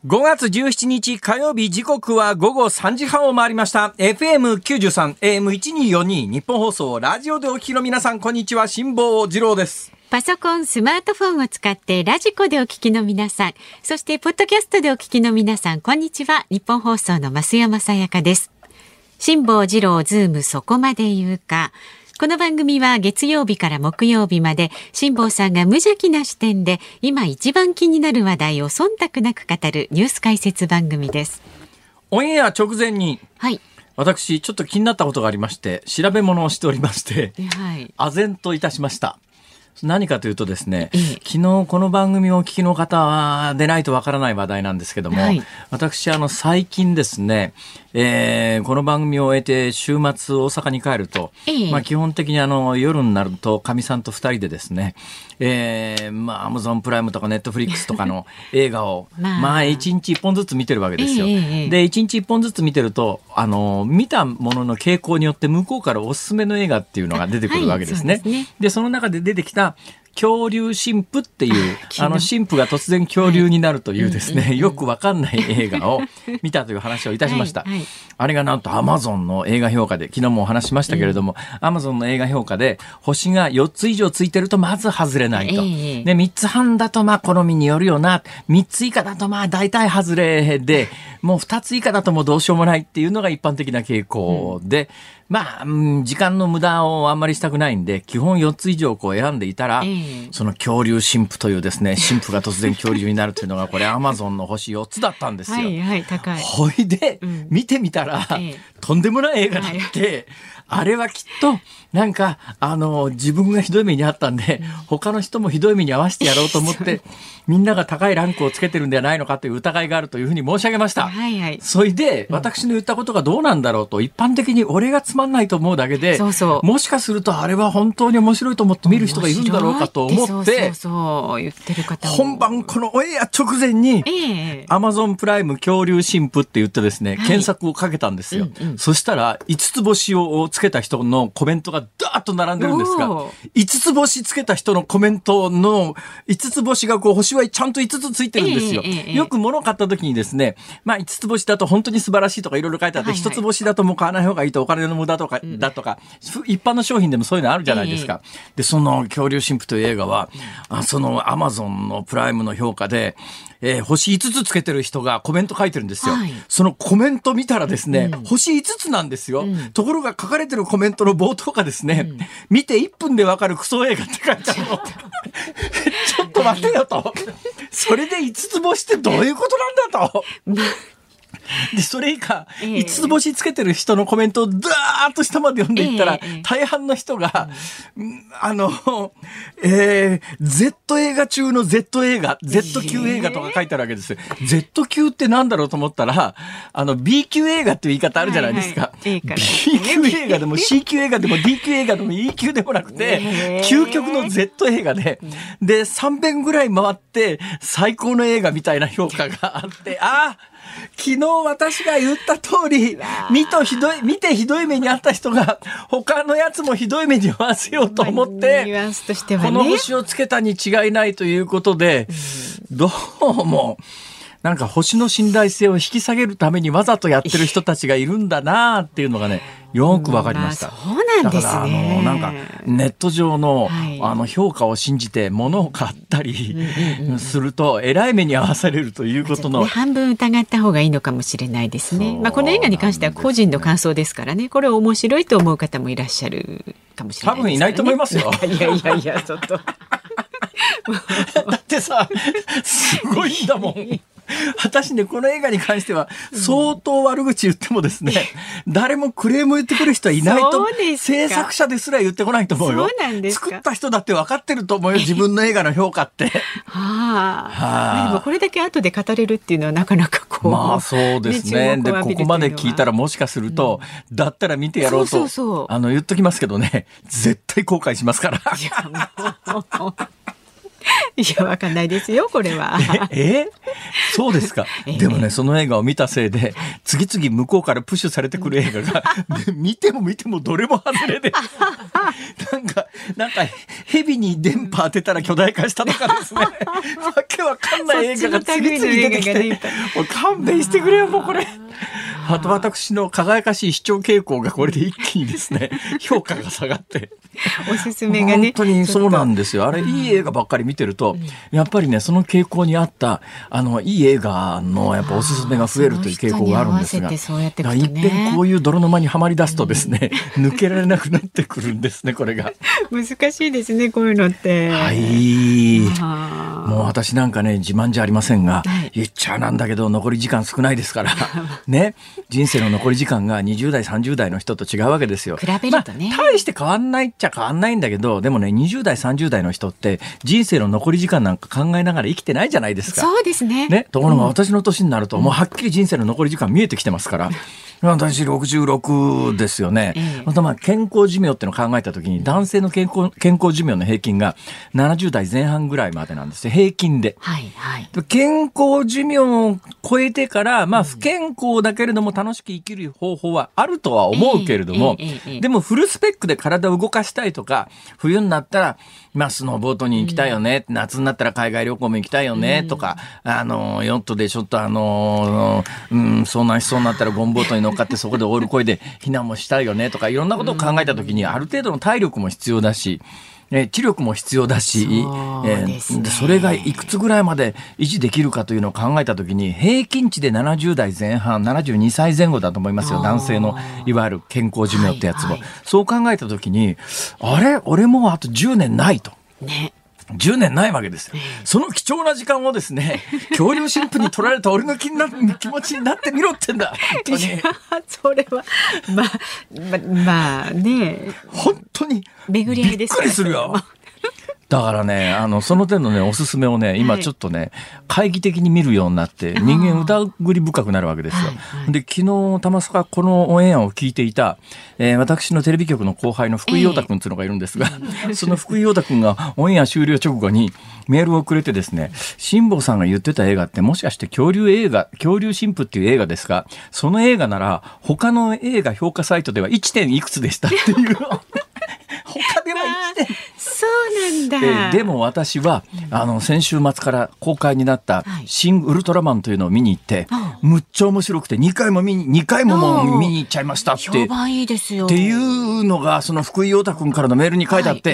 5月17日火曜日、時刻は午後3時半を回りました。 FM93 AM1242 日本放送ラジオでお聞きの皆さん、こんにちは。辛坊治郎です。 パソコン、スマートフォンを使ってラジコでお聞きの皆さん、そしてポッドキャストでお聞きの皆さん、こんにちは。日本放送の増山さやかです。辛坊治郎ズームそこまで言うか。この番組は月曜日から木曜日まで辛坊さんが無邪気な視点で今一番気になる話題を忖度なく語るニュース解説番組です。 オンエア直前に、 はい、私ちょっと気になったことがありまして、調べ物をしておりまして、 はい、 唖然といたしました。何かというとですね、昨日この番組をお聞きの方はでないとわからない話題なんですけども、はい、私最近ですね、この番組を終えて週末大阪に帰ると、基本的に夜になるとかみさんと2人でですね、Amazon プライムとか Netflix とかの映画を1日1本ずつ見てるわけですよ。で1日1本ずつ見てると見たものの傾向によって向こうからおすすめの映画っていうのが出てくるわけですね。でその中で出てきた恐竜神父っていう神父が突然恐竜になるというですね、よくわかんない映画を見たという話をいたしました。あれがなんと Amazon の映画評価で、昨日もお話しましたけれども、Amazon の映画評価で星が4つ以上ついてるとまず外れないと、で3つ半だと好みによるよな、3つ以下だと大体外れで、もう2つ以下だともうどうしようもないっていうのが一般的な傾向で、時間の無駄をあんまりしたくないんで、基本4つ以上選んでいたら、その恐竜神父というですね、神父が突然恐竜になるというのが、これ Amazon の星4つだったんですよ。 高い。 ほいで、見てみたら、とんでもない映画だって、あれはきっとなんか自分がひどい目にあったんで、他の人もひどい目に遭わせてやろうと思ってみんなが高いランクをつけてるんではないのかという疑いがあるというふうに申し上げました。それで私の言ったことがどうなんだろうと、一般的に俺がつまんないと思うだけで、もしかするとあれは本当に面白いと思って見る人がいるんだろうかと思って、 言ってる方も本番このオンエア直前に Amazon プライム恐竜神父って言ってですね、検索をかけたんですよ。そしたら5つ星をつけた人のコメントがダーッと並んでるんですが、5つ星つけた人のコメントの5つ星が星はちゃんと5つついてるんですよ。よく物を買った時にですね、5つ星だと本当に素晴らしいとかいろいろ書いてあって、1つ星だともう買わない方がいいと、お金の無駄とかだとか、一般の商品でもそういうのあるじゃないですか。でその恐竜神父という映画はその Amazon のプライムの評価で星5つつけてる人がコメント書いてるんですよ。そのコメント見たらですね、星5つなんですよ。ところが書かれてるコメントの冒頭がですね、見て1分でわかるクソ映画って書いてあるの。ちょっと待てよと。それで5つ星ってどういうことなんだと。でそれ以下、5つ星つけてる人のコメントをダーッと下まで読んでいったら、大半の人が、Z 映画中の Z 映画、Z 級映画とか書いてあるわけです。Z 級ってなんだろうと思ったら、B 級映画っていう言い方あるじゃないですか。B 級映画でも C 級映画でも D 級映画でも E 級でもなくて、究極の Z 映画で、3遍ぐらい回って最高の映画みたいな評価があって、昨日私が言った通り、見てひどい目にあった人が他のやつもひどい目に合わせようと思って、 ニュアンスとしてはね、 この星をつけたに違いないということで、どうもなんか星の信頼性を引き下げるためにわざとやってる人たちがいるんだなっていうのがね、よくわかりました。 そうなんですね。 だからなんかネット上の、評価を信じて物を買ったりすると、えらい目に遭わされるということの、 半分疑った方がいいのかもしれないですね。この映画に関しては個人の感想ですからね、これ面白いと思う方もいらっしゃるかもしれないですからね。 多分いないと思いますよ。 いやちょっとだってさ、すごいんだもん。私ね、この映画に関しては相当悪口言ってもですね、誰もクレーム言ってくる人はいないと、制作者ですら言ってこないと思うよ。 そうなんですか。 作った人だって分かってると思うよ、自分の映画の評価って。でもこれだけ後で語れるっていうのはなかなかそうですね。でここまで聞いたらもしかすると、だったら見てやろうと言っときますけどね、絶対後悔しますから。 いや、わかんないですよ、これは。 そうですか。でもね、その映画を見たせいで、次々向こうからプッシュされてくる映画が、見ても見てもどれも外れで、なんか、蛇に電波当てたら巨大化したとかですね、わけわかんない映画が次々出てきて、もう勘弁してくれよ、もうこれ。あと私の輝かしい視聴傾向がこれで一気にですね、評価が下がって。 おすすめがね。 本当にそうなんですよ。あれ、いい映画ばっかり見てると、やっぱりね、その傾向にあった、いい映画のやっぱおすすめが増えるという傾向があるんですが、一遍こういう泥沼にはまり出すとですね、抜けられなくなってくるんですね、これが。 難しいですね、こういうのって。 はい。もう私なんかね、自慢じゃありませんが、言っちゃなんだけど、残り時間少ないですから、ね、人生の残り時間が20代、30代の人と違うわけですよ。 比べるとね。 大して変わんないっちゃ変わんないんだけど、でもね、20代、30代の人って人生の残り時間なんか考えながら生きてないじゃないですか。 そうですね。 ね、ところが私の年になると、もうはっきり人生の残り時間見えてきてますから。私66ですよね。まあ健康寿命ってのを考えたときに、男性の健康寿命の平均が70代前半ぐらいまでなんですよ、平均で。 はいはい、 健康寿命を超えてから、まあ不健康だけれども楽しく生きる方法はあるとは思うけれども、でもフルスペックで体を動かしたいとか、冬になったら、まあスノーボートに行きたいよね、夏になったら海外旅行も行きたいよね、とか、ヨットでちょっと遭難しそうになったらゴムボートに乗っかってそこでオールこいで避難もしたいよねとか、いろんなことを考えたときに、ある程度の体力も必要だし、知力も必要だし、それがいくつぐらいまで維持できるかというのを考えたときに、平均値で70代前半、72歳前後だと思いますよ、男性のいわゆる健康寿命ってやつも。そう考えたときに、あれ俺もうあと10年ないと。ね。10年ないわけですよ。その貴重な時間をですね、恐竜神父に取られた俺の気持ちになってみろってんだ。本当に。 それは、まあね。 本当に。 巡り合いですから。 びっくりするよ。だからね、その点のね、おすすめをね、今ちょっとね、懐疑的に見るようになって、人間疑り深くなるわけですよ。で、昨日、たまさかこのオンエアを聞いていた、私のテレビ局の後輩の福井陽太くんっていうのがいるんですが、その福井陽太くんがオンエア終了直後にメールをくれてですね、辛坊さんが言ってた映画ってもしかして恐竜神父っていう映画ですが、その映画なら他の映画評価サイトでは 1. 点いくつでしたっていう他では1点。 そうなんだ。 でも私は先週末から公開になった新ウルトラマンというのを見に行って、むっちゃ面白くて2回も見に行っちゃいましたって。 評判いいですよ。 っていうのがその福井陽太くんからのメールに書いてあって、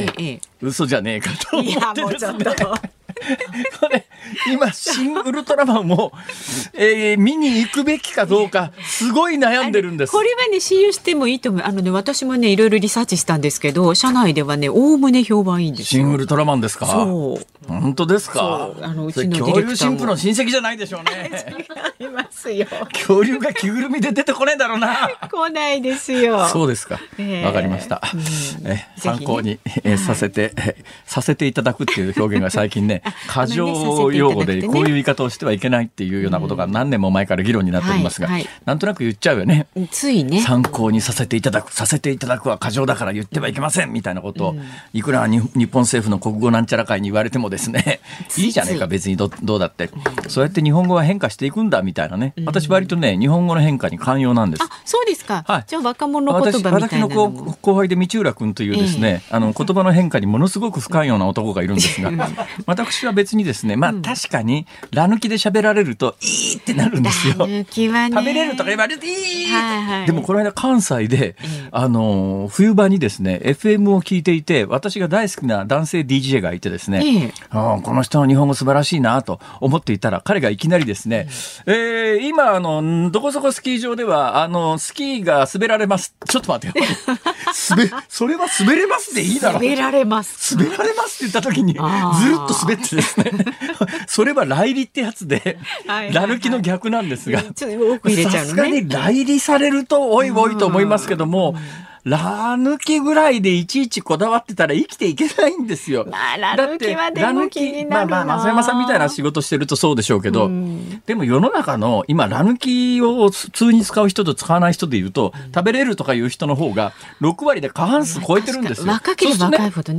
嘘じゃねえかと思ってですね。これ今新ウルトラマンを、見に行くべきかどうかすごい悩んでるんです。 これはね、信用してもいいと思う。私もね、いろいろリサーチしたんですけど、社内ではね、おおむね評判いいんですよ。 新ウルトラマンですか。 そう。 本当ですか。 うちのディレクターも恐竜神父の親戚じゃないでしょうね。 違いますよ。 恐竜が着ぐるみで出てこないだろうな。 来ないですよ。 そうですか。わかりました。参考に、させていただくっていう表現が最近ね、過剰用語でこういう言い方をしてはいけないっていうようなことが何年も前から議論になっておりますが、なんとなく言っちゃうよね。 ついね。 参考にさせていただくは過剰だから言ってはいけませんみたいなことを、いくら日本政府の国語なんちゃら会に言われてもですね、いいじゃねえか別にどうだって、そうやって日本語は変化していくんだみたいなね。私割とね、日本語の変化に寛容なんです。 あ、そうですか。はい、じゃあ若者言葉みたいなのも。 私の後輩で道浦君というですね、言葉の変化にものすごく不寛容な男がいるんですが、私は別にですね、まあ確かにラ抜きで喋られるといいってなるんですよ。 ラ抜きはね、 食べれるとか言われていい、でもこの間関西で、冬場にですね FM を聞いていて、私が大好きな男性 DJ がいてですね、この人の日本語素晴らしいなと思っていたら、彼がいきなりですね、今どこそこスキー場ではスキーが滑られます。ちょっと待ってよそれは滑れますでいいだろ。 滑られますって言った時にずるっと滑ってですねそれは来離ってやつで、ラ抜きの逆なんですが、さすがに来離されるとおいおいと思いますけども、ラ抜きぐらいでいちいちこだわってたら生きていけないんですよ。 ラ抜きはでも気になるな。 増山さんみたいな仕事してるとそうでしょうけど、でも世の中の今ラ抜きを普通に使う人と使わない人でいうと、食べれるとかいう人の方が6割で過半数超えてるんですよ。 若ければ若いほどね。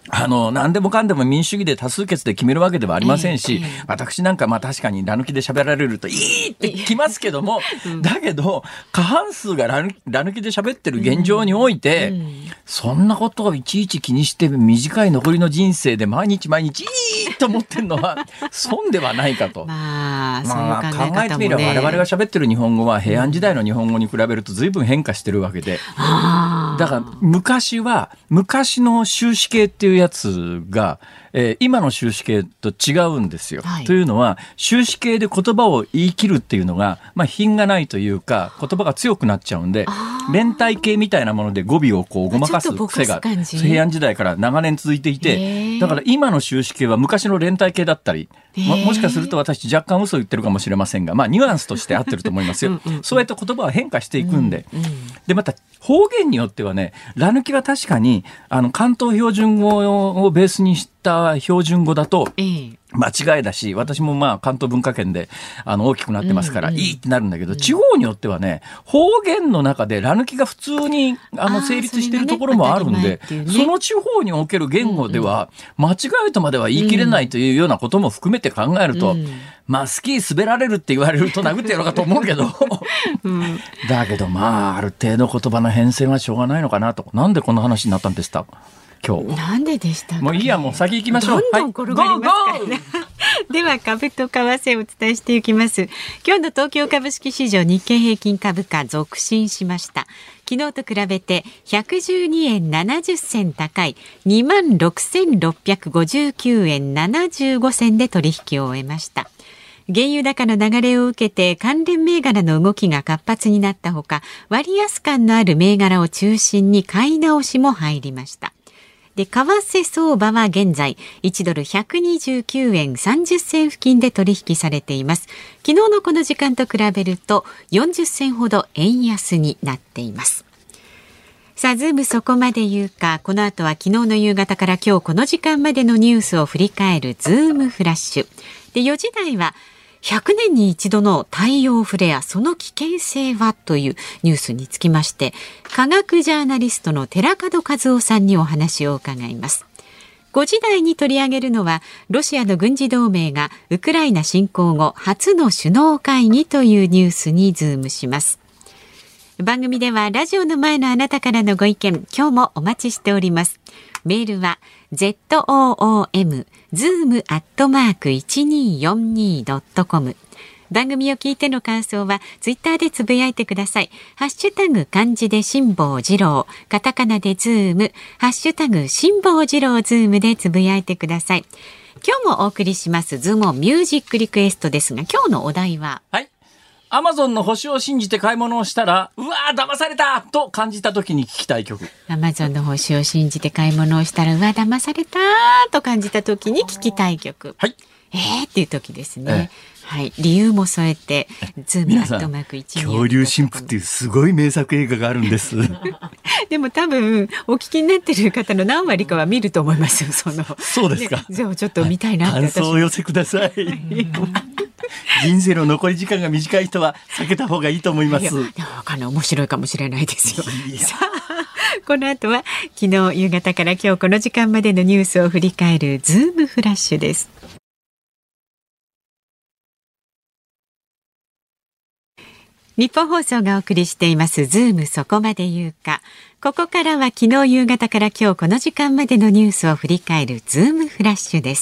何でもかんでも民主主義で多数決で決めるわけではありませんし、私なんか確かにラヌキで喋られるといいってきますけども、だけど過半数がラヌキで喋ってる現状において、そんなことをいちいち気にして短い残りの人生で毎日いいと思ってるのは損ではないかと。 そういう考え方もね、 考えてみれば我々が喋ってる日本語は平安時代の日本語に比べると随分変化してるわけで、だから昔の修士系っていうやつが、今の修士系と違うんですよ、というのは修士系で言葉を言い切るっていうのが、品がないというか言葉が強くなっちゃうんで、連帯形みたいなもので語尾をこうごまかす癖が平安時代から長年続いていて、だから今の修士系は昔の連帯形だったり、もしかすると私若干嘘言ってるかもしれませんが、ニュアンスとして合ってると思いますよ。そうやって言葉は変化していくんで、でまた方言によってはね、ラヌキは確かに関東標準語をベースにした標準語だと間違いだし、私も関東文化圏で大きくなってますからいいってなるんだけど、地方によってはね、方言の中でラヌキが普通に成立しているところもあるんで、その地方における言語では間違いとまでは言い切れないというようなことも含めて考えると、スキー滑られるって言われると殴ってやろうかと思うけど、だけどある程度言葉の変遷はしょうがないのかなと。なんでこんな話になったんでした今日。 なんででしたか。 もういいや、もう先行きましょう。 どんどん転がりますからね。では株と為替をお伝えしていきます。今日の東京株式市場、日経平均株価続伸しました。昨日と比べて112円70銭高い 26,659 円75銭で取引を終えました。原油高の流れを受けて関連銘柄の動きが活発になったほか、割安感のある銘柄を中心に買い直しも入りました。で、為替相場は現在1ドル129円30銭付近で取引されています。昨日のこの時間と比べると40銭ほど円安になっています。さあ、ズームそこまで言うか。この後は昨日の夕方から今日この時間までのニュースを振り返るズームフラッシュで、4時台は100年に一度の太陽フレア、その危険性はというニュースにつきまして、科学ジャーナリストの寺門和夫さんにお話を伺います。5時台に取り上げるのは、ロシアの軍事同盟がウクライナ侵攻後初の首脳会議というニュースにズームします。番組ではラジオの前のあなたからのご意見、今日もお待ちしております。メールは zoom@1242.com。 番組を聞いての感想はツイッターでつぶやいてください。ハッシュタグ漢字で辛坊治郎、カタカナでズーム、ハッシュタグ辛坊治郎ズームでつぶやいてください。今日もお送りしますズームミュージックリクエストですが、今日のお題は、 アマゾンの星を信じて買い物をしたら、うわー騙されたと感じた時に聞きたい曲。 アマゾンの星を信じて買い物をしたら、うわ騙されたと感じた時に聞きたい曲。っていう時ですね。理由も添えて、ズームアットマーク1。 恐竜神父っていうすごい名作映画があるんです。 でも多分お聞きになってる方の何割かは見ると思いますよ。 そうですか。 じゃあちょっと見たいなって。 感想をお寄せください。人生の残り時間が短い人は避けた方がいいと思います。 面白いかもしれないですよ。さあ、この後は昨日夕方から今日この時間までのニュースを振り返るズームフラッシュです。日本放送がお送りしていますズームそこまで言うか。ここからは昨日夕方から今日この時間までのニュースを振り返るズームフラッシュです。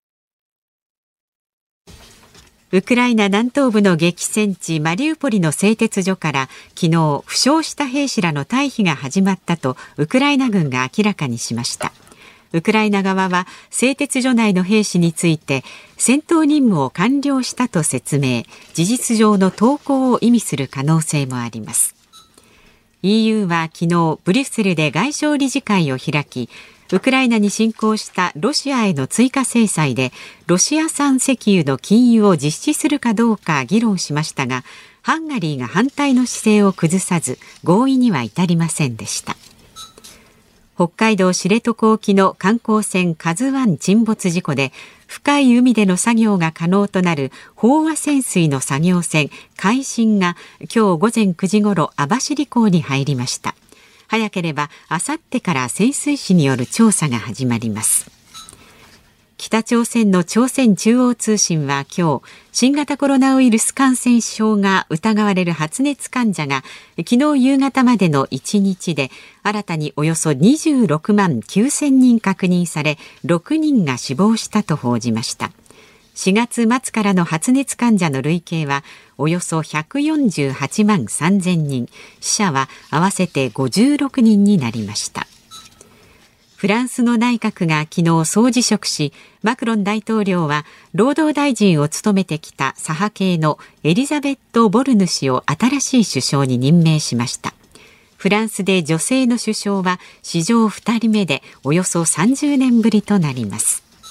ウクライナ南東部の激戦地マリウポリの製鉄所から昨日負傷した兵士らの退避が始まったとウクライナ軍が明らかにしました。ウクライナ側は製鉄所内の兵士について戦闘任務を完了したと説明、事実上の投降を意味する可能性もあります。EU は昨日ブリュッセルで外相理事会を開き、ウクライナに侵攻したロシアへの追加制裁でロシア産石油の禁輸を実施するかどうか議論しましたが、ハンガリーが反対の姿勢を崩さず合意には至りませんでした。北海道知床沖の観光船KAZUI沈没事故で深い海での作業が可能となる飽和潜水の作業船海進が今日午前9時ごろ網走港に入りました。 早ければあさってから潜水士による調査が始まります。北朝鮮の朝鮮中央通信は今日、新型コロナウイルス感染症が疑われる発熱患者が昨日夕方までの1日で新たにおよそ26万9000人確認され、6人が死亡したと報じました。4月末からの発熱患者の累計はおよそ148万3000人、死者は合わせて56人になりました。フランスの内閣が昨日総辞職し、マクロン大統領は労働大臣を務めてきた左派系のエリザベット・ボルヌ氏を新しい首相に任命しました。フランスで女性の首相は史上2人目でおよそ30年ぶりとなります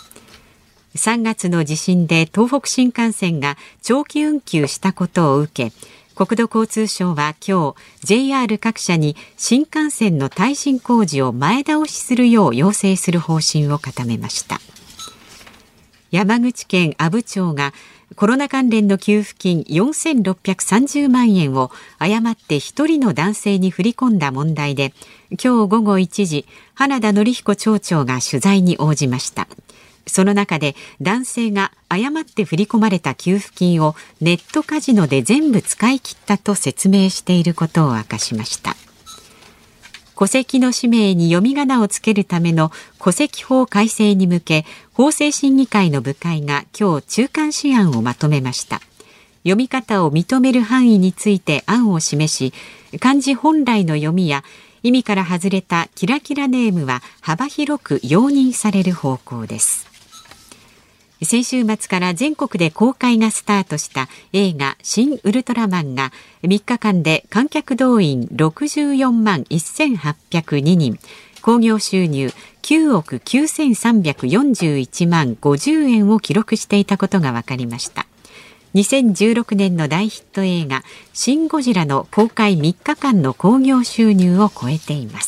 。3月の地震で東北新幹線が長期運休したことを受け、国土交通省は今日 JR 各社に新幹線の耐震工事を前倒しするよう要請する方針を固めました。山口県阿武町がコロナ関連の給付金4630万円を誤って一人の男性に振り込んだ問題で、今日午後1時、花田紀彦町長が取材に応じました。その中で男性が誤って振り込まれた給付金をネットカジノで全部使い切ったと説明していることを明かしました。戸籍の氏名に読み仮名をつけるための戸籍法改正に向け、法制審議会の部会が今日中間試案をまとめました。読み方を認める範囲について案を示し、漢字本来の読みや意味から外れたキラキラネームは幅広く容認される方向です。先週末から全国で公開がスタートした映画新ウルトラマンが3日間で観客動員64万1802人、興行収入9億9341万50円を記録していたことが分かりました。2016年の大ヒット映画シン・ゴジラの公開3日間の興行収入を超えています。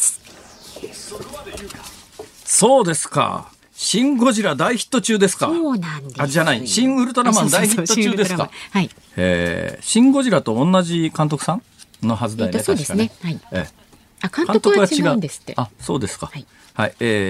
そうですか。シン・ゴジラ大ヒット中ですか。 そうなんです。 じゃない、シン・ウルトラマン大ヒット中ですか。 はい。 シン・ゴジラと同じ監督さんのはずだよね。 そうですね。 はい。 監督は違うんですって。 あ、そうですか。はい。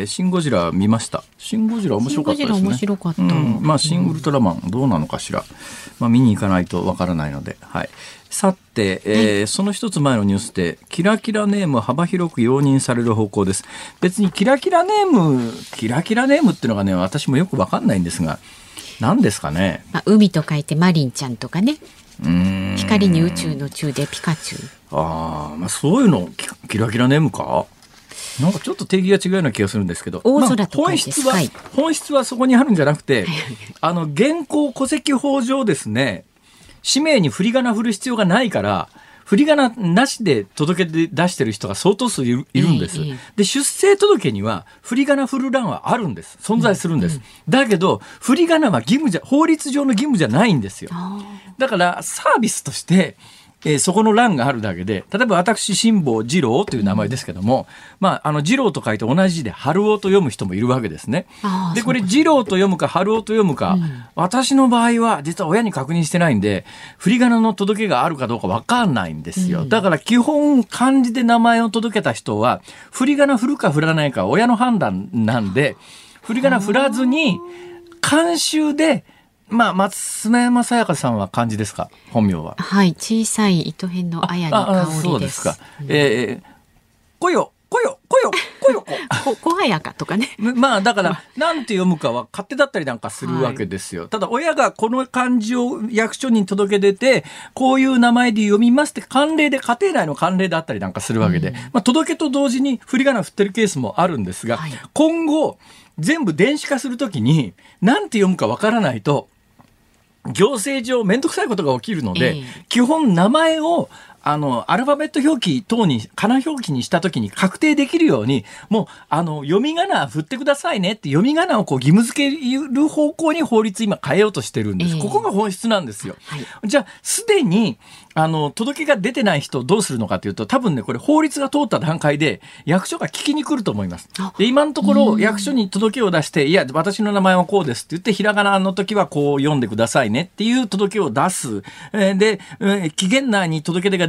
シン・ゴジラ見ました。シン・ゴジラ面白かったですね。 シン・ゴジラ面白かった。 まあシン・ウルトラマンどうなのかしら。まあ見に行かないとわからないので。はい。さて、その一つ前のニュースでキラキラネーム幅広く容認される方向です。別にキラキラネームっていうのがね、私もよくわかんないんですが、何ですかね。 海と書いてマリンちゃんとかね。光に宇宙の宙でピカチュウ。そういうのキラキラネームか。なんかちょっと定義が違うような気がするんですけど、 大空とかですか。 本質はそこにあるんじゃなくて、現行戸籍法上ですね、氏名に振り仮名振る必要がないから、振り仮名なしで届け出してる人が相当数いるんです。で、出生届には振り仮名振る欄はあるんです。存在するんです。だけど、振り仮名は法律上の義務じゃないんですよ。だからサービスとして、そこの欄があるだけで、例えば私辛坊治郎という名前ですけども、治郎と書いて同じ字で春夫と読む人もいるわけですね。でこれ治郎と読むか春夫と読むか、私の場合は実は親に確認してないんで、振り仮名の届けがあるかどうか分かんないんですよ。だから基本漢字で名前を届けた人は振り仮名振るか振らないか親の判断なんで、振り仮名振らずに監修で、松山さやかさんは漢字ですか、本名は。 はい、小さい糸辺の綾に香りです。 そうですか。こよ小早かとかね。 だからなんて読むかは勝手だったりなんかするわけですよ。ただ親がこの漢字を役所に届け出て、こういう名前で読みますって慣例で、家庭内の慣例だったりなんかするわけで、届けと同時に振り仮名振ってるケースもあるんですが、今後全部電子化するときになんて読むかわからないと行政上めんどくさいことが起きるので、基本名前をアルファベット表記等に、かな表記にしたときに確定できるように、もう、読み仮名振ってくださいねって読み仮名を義務付ける方向に法律今変えようとしてるんです。ここが本質なんですよ。じゃあ、すでに、届けが出てない人どうするのかというと、多分ね、これ法律が通った段階で役所が聞きに来ると思います。で、今のところ役所に届けを出して、いや、私の名前はこうですって言って、ひらがなの時はこう読んでくださいねっていう届けを出す。で、期限内に届け出が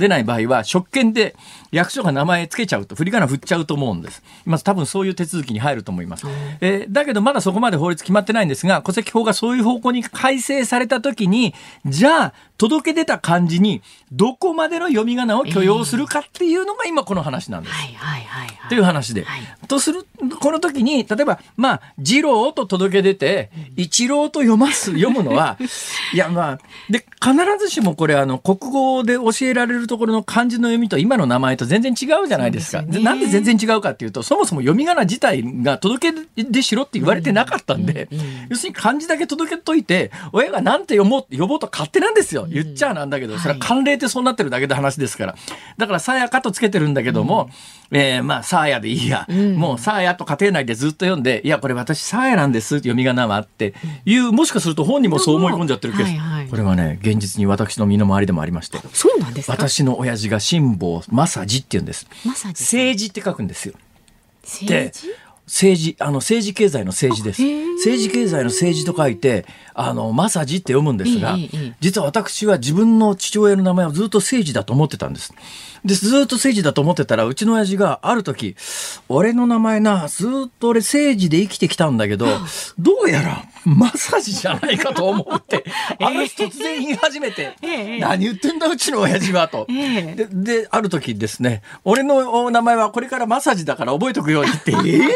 出ない場合は職権で役所が名前つけちゃうと、振り仮名振っちゃうと思うんです。まず多分そういう手続きに入ると思います。だけどまだそこまで法律決まってないんですが、戸籍法がそういう方向に改正されたときに、じゃあ届け出た漢字にどこまでの読み仮名を許容するかっていうのが今この話なんです。という話で、とするこの時に例えば次郎と届け出て一郎と読むのはいやで必ずしもこれ国語で教えられるところの漢字の読みと今の名前と全然違うじゃないですか。なんで全然違うかっていうと、そもそも読み仮名自体が届け出しろって言われてなかったんで、要するに漢字だけ届けといて親がなんて呼ぼうと勝手なんですよ。言っちゃなんだけど、それは慣例ってそうなってるだけの話ですから。だからさやかとつけてるんだけども、さあやでいいや、もうさあやと家庭内でずっと読んで、いやこれ私さあやなんです読み仮名はっていう、もしかすると本人もそう思い込んじゃってるケース、これはね現実に私の身の回りでもありまして。 そうなんですか。 私の親父が辛坊正治って言うんです。政治って書くんですよ。で政治経済の政治です。政治経済の政治と書いて正治って読むんですが、実は私は自分の父親の名前をずっと政治だと思ってたんです。でずっと政治だと思ってたら、うちの親父がある時、俺の名前ずっと俺政治で生きてきたんだけど、どうやら正治じゃないかと思ってある日突然言い始めて、何言ってんだうちの親父はと。である時ですね、俺の名前はこれから正治だから覚えとくようにって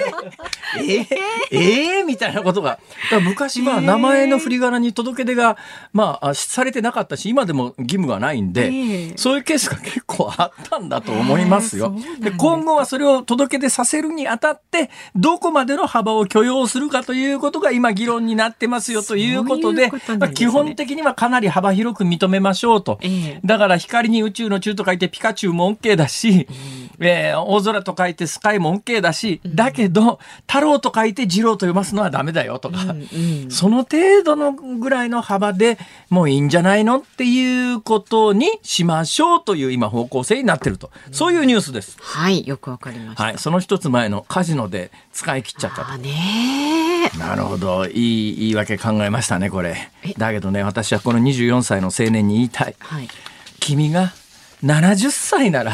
みたいなことが。だから昔は名前の振り仮名に届け出がされてなかったし、今でも義務がないんで、そういうケースが結構あったんだと思いますよ。で今後はそれを届け出させるにあたってどこまでの幅を許容するかということが今議論になってますよということで、基本的にはかなり幅広く認めましょうと。だから光に宇宙の宙と書いてピカチュウも OK だし、大空と書いてスカイも OK だし、だけど太郎と書いて次郎と読ますのはダメだよとか、その程度のぐらいの幅でもういいんじゃないのっていうことにしましょうという今方向性になってると、そういうニュースです。 はい、よくわかりました。 その一つ前のカジノで使い切っちゃったと。なるほど、いい言い訳考えましたねこれ。だけどね、私はこの24歳の青年に言いたい、君が70歳なら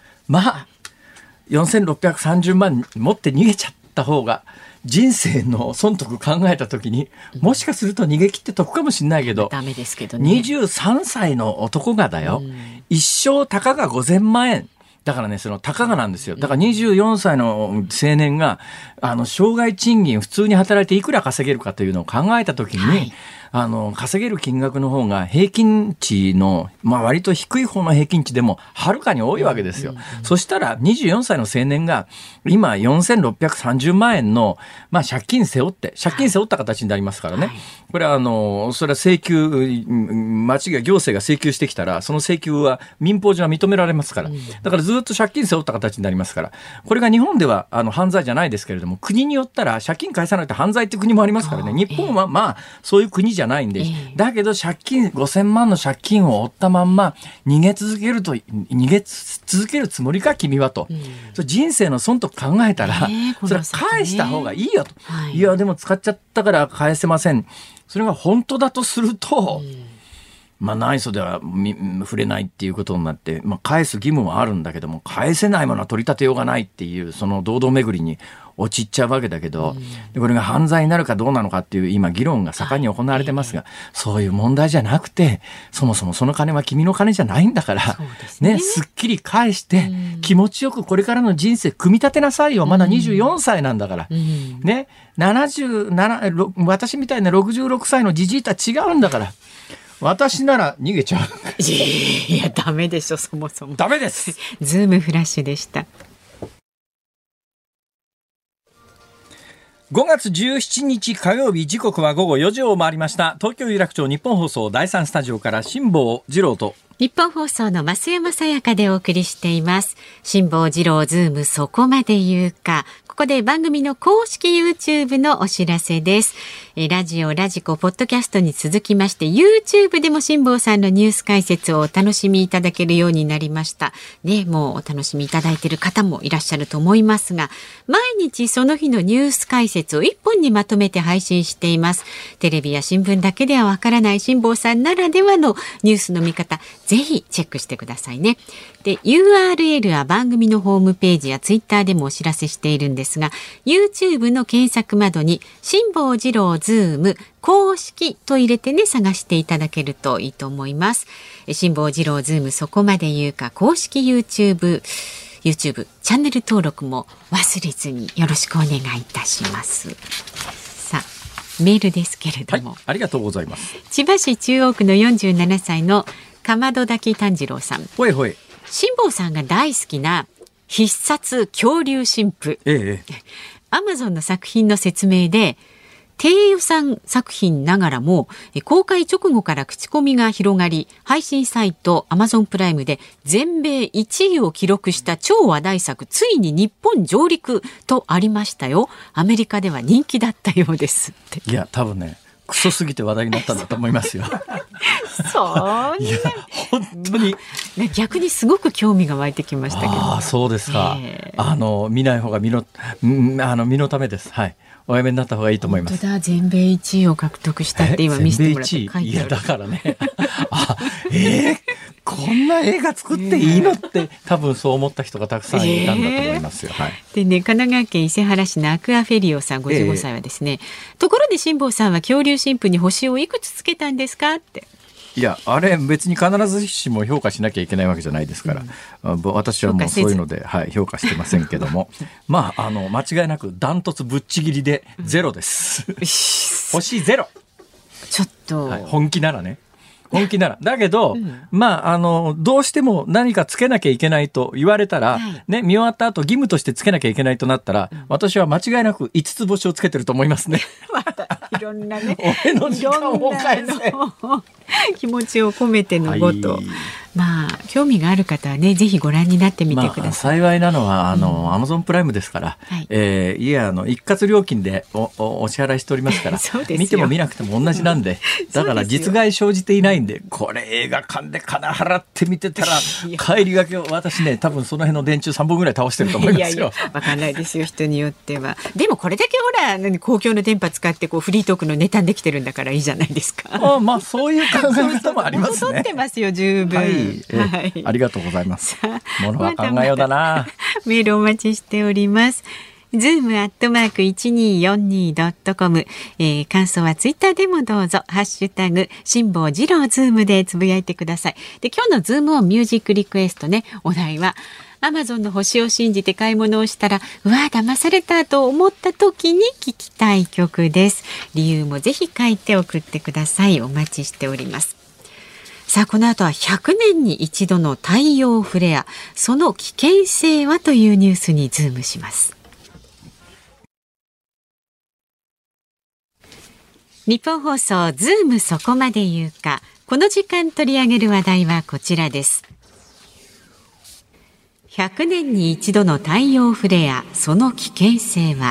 4630万持って逃げちゃった方が人生の損得考えた時にもしかすると逃げ切って得かもしれないけど、 ダメですけどね。 23歳の男がだよ、一生たかが5000万円だからね、そのたかがなんですよ。だから24歳の青年が生涯賃金普通に働いていくら稼げるかというのを考えた時に、稼げる金額の方が平均値の、割と低い方の平均値でもはるかに多いわけですよ。そしたら24歳の青年が今4630万円の、借金背負った形になりますからね。これはそれは請求、町が行政が請求してきたらその請求は民法上は認められますから、だからずっと借金背負った形になりますから、これが日本では犯罪じゃないですけれども、国によったら借金返さないと犯罪って国もありますからね。日本はそういう国じゃないんで、だけど借金5000万の借金を負ったまんま逃げ続けるつもりか君はと、人生の損得考えたら、それは返した方がいいよと、いやでも使っちゃったから返せません、それが本当だとすると、内訴では触れないっていうことになって、返す義務はあるんだけども、返せないものは取り立てようがないっていう、その堂々巡りに陥っちゃうわけだけど、でこれが犯罪になるかどうなのかっていう今議論が盛んに行われてますが、そういう問題じゃなくて、そもそもその金は君の金じゃないんだから、すっきり返して気持ちよくこれからの人生組み立てなさいよ。まだ24歳なんだから、私みたいな66歳のじじいとは違うんだから、私なら逃げちゃう。 いやダメでしょ、そもそもダメです。 ズームフラッシュでした。 5月17日火曜日、時刻は午後4時を回りました。東京有楽町日本放送第3スタジオから辛坊治郎と日本放送の増山さやかでお送りしています。辛坊治郎ズームそこまで言うか。ここで番組の公式 YouTube のお知らせです。ラジオ、ラジコ、ポッドキャストに続きまして YouTube でも辛坊さんのニュース解説をお楽しみいただけるようになりました。ね、もうお楽しみいただいている方もいらっしゃると思いますが、毎日その日のニュース解説を一本にまとめて配信しています。テレビや新聞だけではわからない辛坊さんならではのニュースの見方、ぜひチェックしてくださいね。で、URL は番組のホームページや Twitter でもお知らせしているんですが、YouTube の検索窓に辛坊治郎ズーム公式と入れてね、探していただけるといいと思います。辛坊治郎ズームそこまで言うか公式 YouTube チャンネル登録も忘れずによろしくお願いいたします。さあ、メールですけれども、 ありがとうございます。 千葉市中央区の47歳のかまど炊き炭治郎さん。 ほいほい。 辛坊さんが大好きな必殺恐竜神父。アマゾンの作品の説明で、低予算作品ながらも公開直後から口コミが広がり、配信サイト Amazon プライムで全米1位を記録した超話題作、ついに日本上陸とありましたよ。アメリカでは人気だったようですって。 いや、多分ね、クソすぎて話題になったんだと思いますよ。 そういや、本当に、 逆にすごく興味が湧いてきましたけど。 ああ、そうですか。見ない方が身のためです。はい。おやめになった方がいいと思います。 本当だ、全米1位を獲得したって今見せてもらって書いてある。 いや、だからね。こんな映画作っていいのって多分そう思った人がたくさんいたんだと思いますよ。はい。 でね、神奈川県伊勢原市のアクアフェリオさん55歳はですね、ところで辛坊さんは恐竜神父に星をいくつつけたんですかって。 いや、あれ別に必ずしも評価しなきゃいけないわけじゃないですから、私はもうそういうので、評価してませんけども間違いなくダントツぶっちぎりでゼロです、星ゼロ。 ちょっと、 本気ならね、本気ならだけど、どうしても何かつけなきゃいけないと言われたら、見終わった後義務としてつけなきゃいけないとなったら、私は間違いなく5つ星をつけてると思いますね。 またいろんなね、 俺の時間を返せ。 気持ちを込めてのごと、興味がある方はね、ぜひご覧になってみてください。 幸いなのはAmazon プライムですから、一括料金でお支払いしておりますから見ても見なくても同じなんで、だから実害生じていないんで、これ映画館で金払って見てたら帰りがけを私ね、多分その辺の電柱3本ぐらい倒してると思いますよ。 わかんないですよ、人によっては。でもこれだけほら公共の電波使ってフリートークのネタにできてるんだからいいじゃないですか。 そういう考え方もありますね。 撮ってますよ、十分。 ありがとうございます。ものは考えようだな。 メールお待ちしております。zoom@1242.com、感想はツイッターでもどうぞ、ハッシュタグ辛坊治郎ズームでつぶやいてください。で、今日のズームオンミュージックリクエストね、お題はアマゾンの星を信じて買い物をしたら、うわー騙されたと思った時に聴きたい曲です。理由もぜひ書いて送ってください。お待ちしております。さあ、この後は100年に一度の太陽フレア、その危険性はというニュースにズームします。日本放送ズームそこまで言うか。この時間取り上げる話題はこちらです。100年に一度の太陽フレア、その危険性は。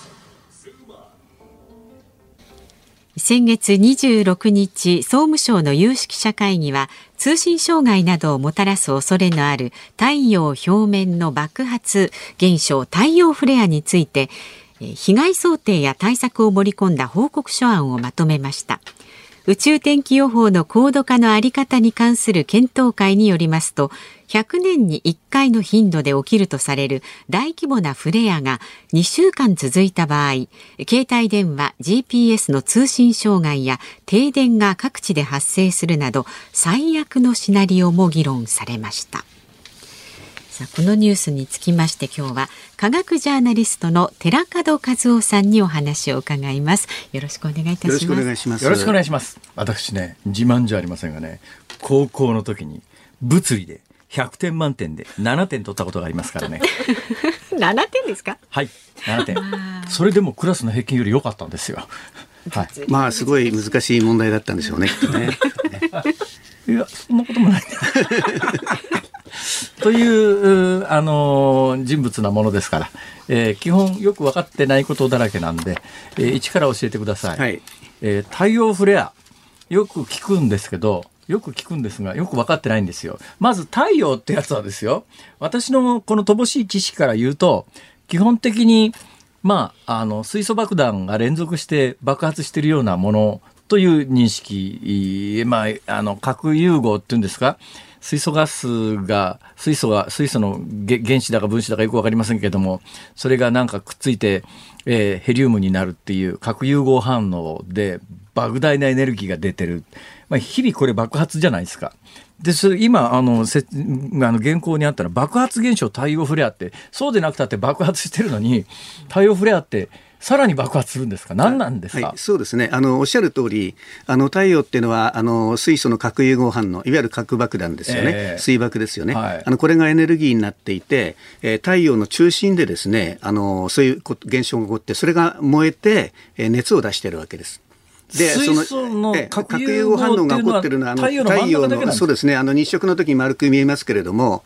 先月26日、総務省の有識者会議は、通信障害などをもたらす恐れのある太陽表面の爆発現象、太陽フレアについて、被害想定や対策を盛り込んだ報告書案をまとめました。宇宙天気予報の高度化のあり方に関する検討会によりますと、100年に1回の頻度で起きるとされる大規模なフレアが2週間続いた場合、携帯電話 GPS の通信障害や停電が各地で発生するなど、最悪のシナリオも議論されました。さあ、このニュースにつきまして今日は科学ジャーナリストの寺門和夫さんにお話を伺います。よろしくお願いいたします。 よろしくお願いします。 よろしくお願いします。私ね、自慢じゃありませんがね、高校の時に物理で100点満点で7点取ったことがありますからね。 7点ですか？ はい、7点。それでもクラスの平均より良かったんですよ。 はい、まあすごい難しい問題だったんでしょうね。きっとね。 いや、そんなこともない。とという人物なものですから、基本よく分かってないことだらけなんで、一から教えてください。はい、太陽フレアよく聞くんですけど、よく聞くんですが、よく分かってないんですよ。まず太陽ってやつはですよ、私のこの乏しい知識から言うと、基本的に水素爆弾が連続して爆発しているようなものという認識、核融合っていうんですか、水素の原子だか分子だかよく分かりませんけれども、それがなんかくっついて、ヘリウムになるっていう核融合反応で莫大なエネルギーが出てる。日々これ爆発じゃないですか。で、今原稿にあったら爆発現象太陽フレアって、そうでなくたって爆発してるのに、太陽フレアってさらに爆発するんですか？何なんですか？ はい、そうですね。おっしゃる通り、太陽っていうのは水素の核融合反応、いわゆる核爆弾ですよね。水爆ですよね。はい、これがエネルギーになっていて、太陽の中心でですね、そういう現象が起こって、それが燃えて、熱を出しているわけです。 で、水素の核融合反応が起こっているのは太陽の真ん中だけなんですか？ そうですね。日食の時に丸く見えますけれども、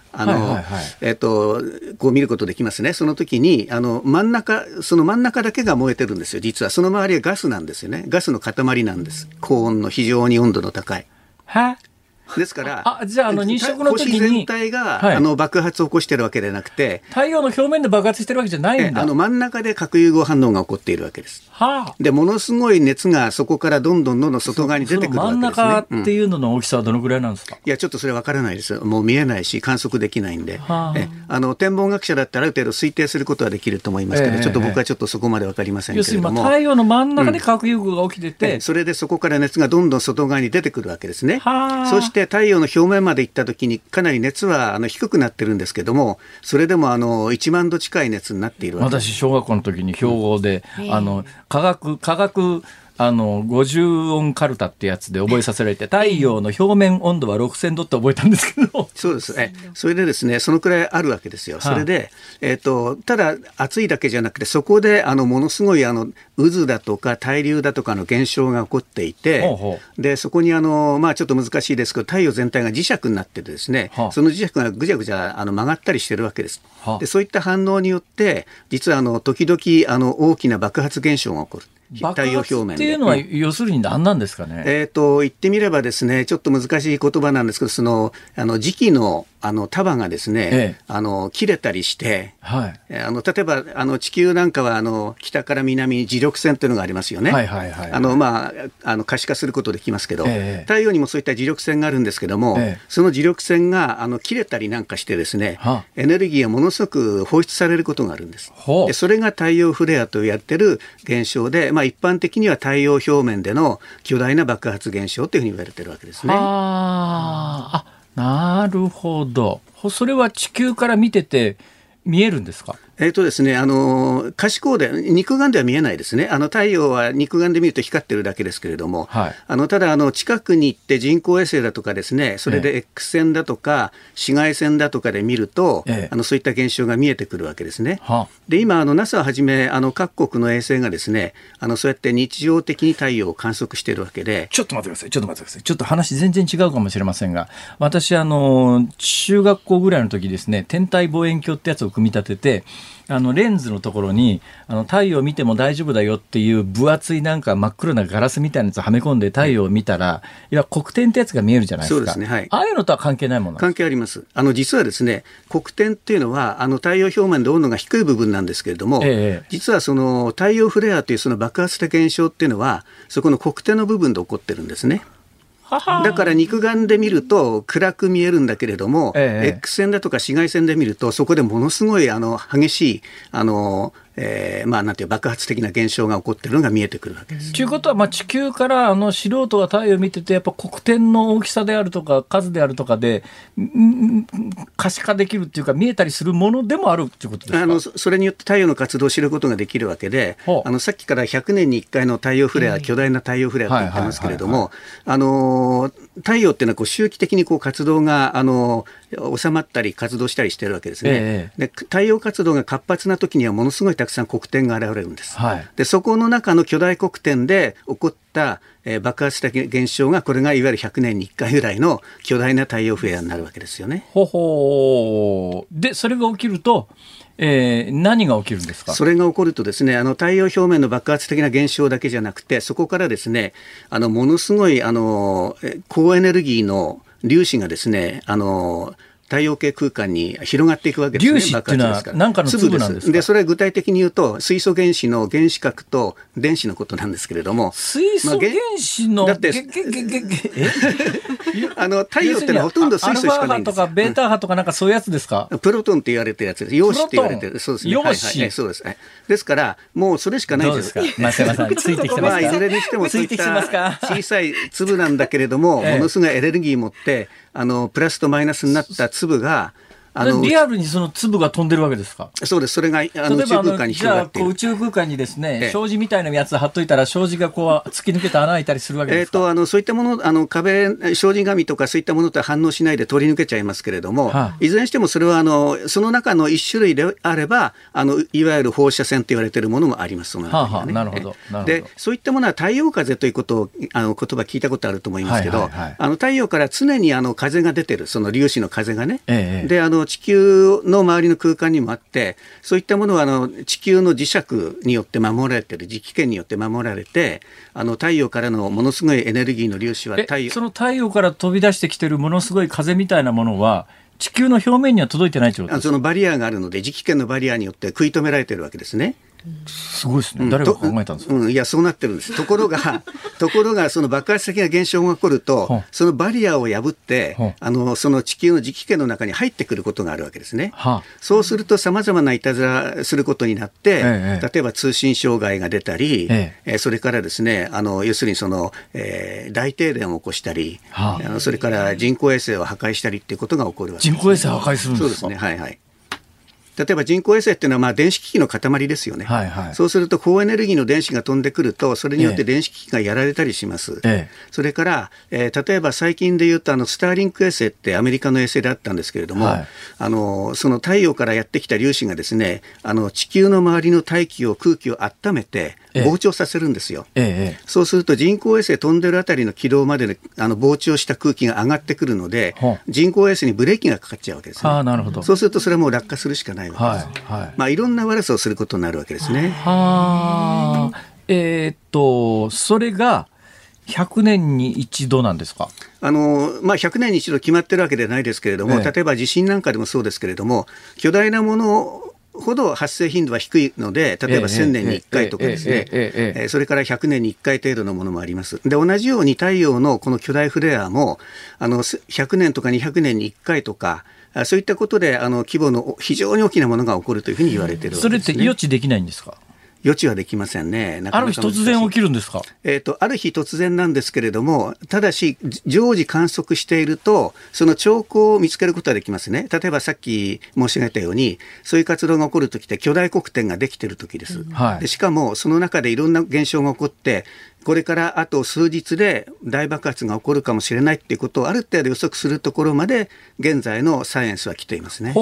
こう見ることできますね。その時に真ん中だけが燃えてるんですよ。実はその周りはガスなんですよね。ガスの塊なんです。高温の非常に温度の高い。ですからじゃあ日食の時に星全体が、爆発を起こしているわけではなくて、 太陽の表面で爆発してるわけじゃないんだ。 真ん中で核融合反応が起こっているわけです。でものすごい熱がそこからどんどん外側に出てくるわけですね。 真ん中っていうのの大きさはどのくらいなんですか？ いや、ちょっとそれ分からないです。もう見えないし観測できないんで、天文学者だったらある程度推定することはできると思いますけど、ちょっと僕はちょっとそこまで分かりませんけれども、 太陽の真ん中で核融合が起きてて、 それでそこから熱がどんどん外側に出てくるわけですね。そして太陽の表面まで行った時にかなり熱は低くなってるんですけども、それでも1万度近い熱になっているわけです。 私小学校の時に標語で、科学50音カルタってやつで覚えさせられて、太陽の表面温度は6000度って覚えたんですけど、 そうです。それでですね、そのくらいあるわけですよ。それで、ただ暑いだけじゃなくて、そこでものすごい渦だとか対流だとかの現象が起こっていて、でそこにちょっと難しいですけど、太陽全体が磁石になっててですね、その磁石がぐちゃぐちゃ曲がったりしてるわけです。でそういった反応によって実は時々大きな爆発現象が起こる。 爆発っていうのは要するに何なんですかね？ 言ってみればですね、ちょっと難しい言葉なんですけど、磁気の束がですね、切れたりして、例えば地球なんかは北から南に磁力線というのがありますよね。可視化することできますけど、太陽にもそういった磁力線があるんですけども、その磁力線が切れたりなんかしてですね、エネルギーがものすごく放出されることがあるんです。でそれが太陽フレアとやってる現象で、一般的には太陽表面での巨大な爆発現象というふうに言われているわけですね。 なるほど。それは地球から見てて見えるんですか？ ですね、可視光で肉眼では見えないですね。太陽は肉眼で見ると光ってるだけですけれども、ただ近くに行って人工衛星だとかですね、それで X 線だとか紫外線だとかで見ると、そういった現象が見えてくるわけですね。で今NASA をはじめ各国の衛星がですね、そうやって日常的に太陽を観測しているわけで。 ちょっと待ってください。ちょっと話全然違うかもしれませんが、私中学校ぐらいの時ですね、天体望遠鏡ってやつを組み立てて、レンズのところに太陽を見ても大丈夫だよっていう分厚いなんか真っ黒なガラスみたいなやつをはめ込んで太陽を見たら、いや黒点ってやつが見えるじゃないですか。 そうですね、 ああいうのとは関係ないものなんですか？ 関係あります。実はですね、黒点っていうのは太陽表面で温度が低い部分なんですけれども、実はその太陽フレアというその爆発的現象っていうのはそこの黒点の部分で起こってるんですね。だから肉眼で見ると暗く見えるんだけれども、X 線だとか紫外線で見るとそこでものすごい激しいなんていう爆発的な現象が起こっているのが見えてくるわけです。 ということは、地球から素人が太陽を見ててやっぱ黒点の大きさであるとか数であるとかで可視化できるっていうか見えたりするものでもあるということですか？ それによって太陽の活動を知ることができるわけで、さっきから100年に1回の太陽フレア、巨大な太陽フレアと言ってますけれども、太陽っていうのは周期的に活動が収まったり活動したりしてるわけですね。で太陽活動が活発な時にはものすごいたくさん黒点が現れるんです。でそこの中の巨大黒点で起こった爆発的現象がこれがいわゆる100年に1回ぐらいの巨大な太陽フレアになるわけですよね。 でそれが起きると、何が起きるんですか？ それが起こるとですね、太陽表面の爆発的な現象だけじゃなくて、そこからですね、ものすごい高エネルギーの粒子がですね、太陽系空間に広がっていくわけですね。 粒子っていうのは何かの粒なんですか？ でそれは具体的に言うと水素原子の原子核と電子のことなんですけれども、 水素原子の、 だって太陽ってのはほとんど水素しかないんです。 アルファ波とかベータ波とかなんかそういうやつですか？ プロトンって言われてるやつです。陽子って言われてる。そうですね。 陽子、 そうです。ですからもうそれしかないんです。 どうですか？松山さんついてきてますか？ いずれにしてもそういった小さい粒なんだけれども、ものすごいエネルギー持ってプラスとマイナスになった粒がリアルにその粒が飛んでるわけですか？ そうです。それが宇宙空間に広がっている。 宇宙空間にですね、障子みたいなやつ貼っといたら障子がこう突き抜けて穴開いたりするわけですか？ そういったもの障子紙とかそういったものとは反応しないで通り抜けちゃいますけれども、いずれにしてもそれはその中の一種類であればいわゆる放射線と言われているものもあります。その中にはね。 なるほど。 でそういったものは太陽風ということを言葉聞いたことあると思いますけど、太陽から常に風が出てる、その粒子の風がね、で地球の周りの空間にもあって、そういったものは地球の磁石によって守られている、磁気圏によって守られて、太陽からのものすごいエネルギーの粒子はその太陽から飛び出してきているものすごい風みたいなものは地球の表面には届いてないということですか？ そのバリアがあるので、磁気圏のバリアによって食い止められているわけですね。 すごいですね。誰が考えたんですか？ いやそうなってるんです。ところがその爆発的な現象が起こると、そのバリアを破ってその地球の磁気圏の中に入ってくることがあるわけですね。そうするとさまざまないたずらすることになって、例えば通信障害が出たり、それからですね要するに大停電を起こしたり、それから人工衛星を破壊したりっていうことが起こるわけです。 人工衛星破壊するんですか？ そうですね。例えば人工衛星っていうのは電子機器の塊ですよね。そうすると高エネルギーの電子が飛んでくると、それによって電子機器がやられたりします。それから、例えば最近で言うとスターリンク衛星ってアメリカの衛星であったんですけれども、その太陽からやってきた粒子がですね地球の周りの大気を空気を温めて膨張させるんですよ。そうすると人工衛星飛んでるあたりの軌道まで膨張した空気が上がってくるので、人工衛星にブレーキがかかっちゃうわけですね。 なるほど。 そうするとそれはもう落下するしかない。いろんな悪さをすることになるわけですね。 それが100年に一度なんですか ？100年に一度決まってるわけではないですけれども、例えば地震なんかでもそうですけれども、巨大なものほど発生頻度は低いので、例えば1000年に1回とかですね、それから100年に1回程度のものもあります。で同じように太陽のこの巨大フレアも100年とか200年に1回とか、そういったことで規模の非常に大きなものが起こるというふうに言われているわけですね。 それって予知できないんですか？ 予知はできませんね。 ある日突然起きるんですか？ ある日突然なんですけれども、ただし常時観測しているとその兆候を見つけることはできますね。例えばさっき申し上げたように、そういう活動が起こるときって巨大黒点ができているときです。でしかもその中でいろんな現象が起こって、これからあと数日で大爆発が起こるかもしれないということをある程度予測するところまで現在のサイエンスは来ていますね。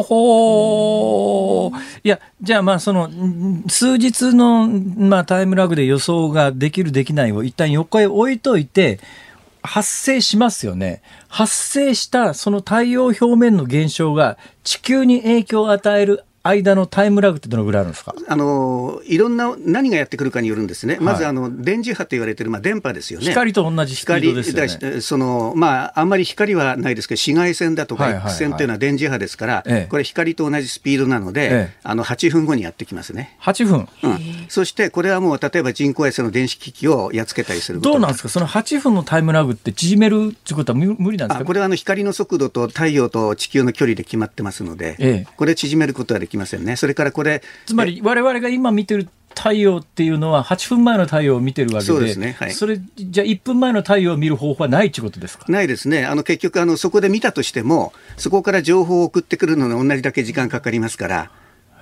いやじゃあその数日のタイムラグで予想ができるできないを一旦横へ置いといて、発生しますよね。発生したその太陽表面の現象が地球に影響を与える間のタイムラグってどのぐらいあるんですか？ いろんな何がやってくるかによるんですね。まず電磁波と言われている、電波ですよね。 光と同じスピードですよね。 あんまり光はないですけど、紫外線だとか X 線というのは電磁波ですから、これ光と同じスピードなので、8分後にやってきますね。 8分、 そしてこれはもう例えば人工衛星の電子機器をやっつけたりすること。 どうなんですか？その8分のタイムラグって縮めるってことは無理なんですか？ これは光の速度と太陽と地球の距離で決まってますので、これ縮めることはできませんね。それからこれつまり我々が今見てる太陽っていうのは8分前の太陽を見てるわけで、 そうですね。 それじゃあ1分前の太陽を見る方法はないということですか？ ないですね。結局そこで見たとしても、そこから情報を送ってくるのに同じだけ時間かかりますから。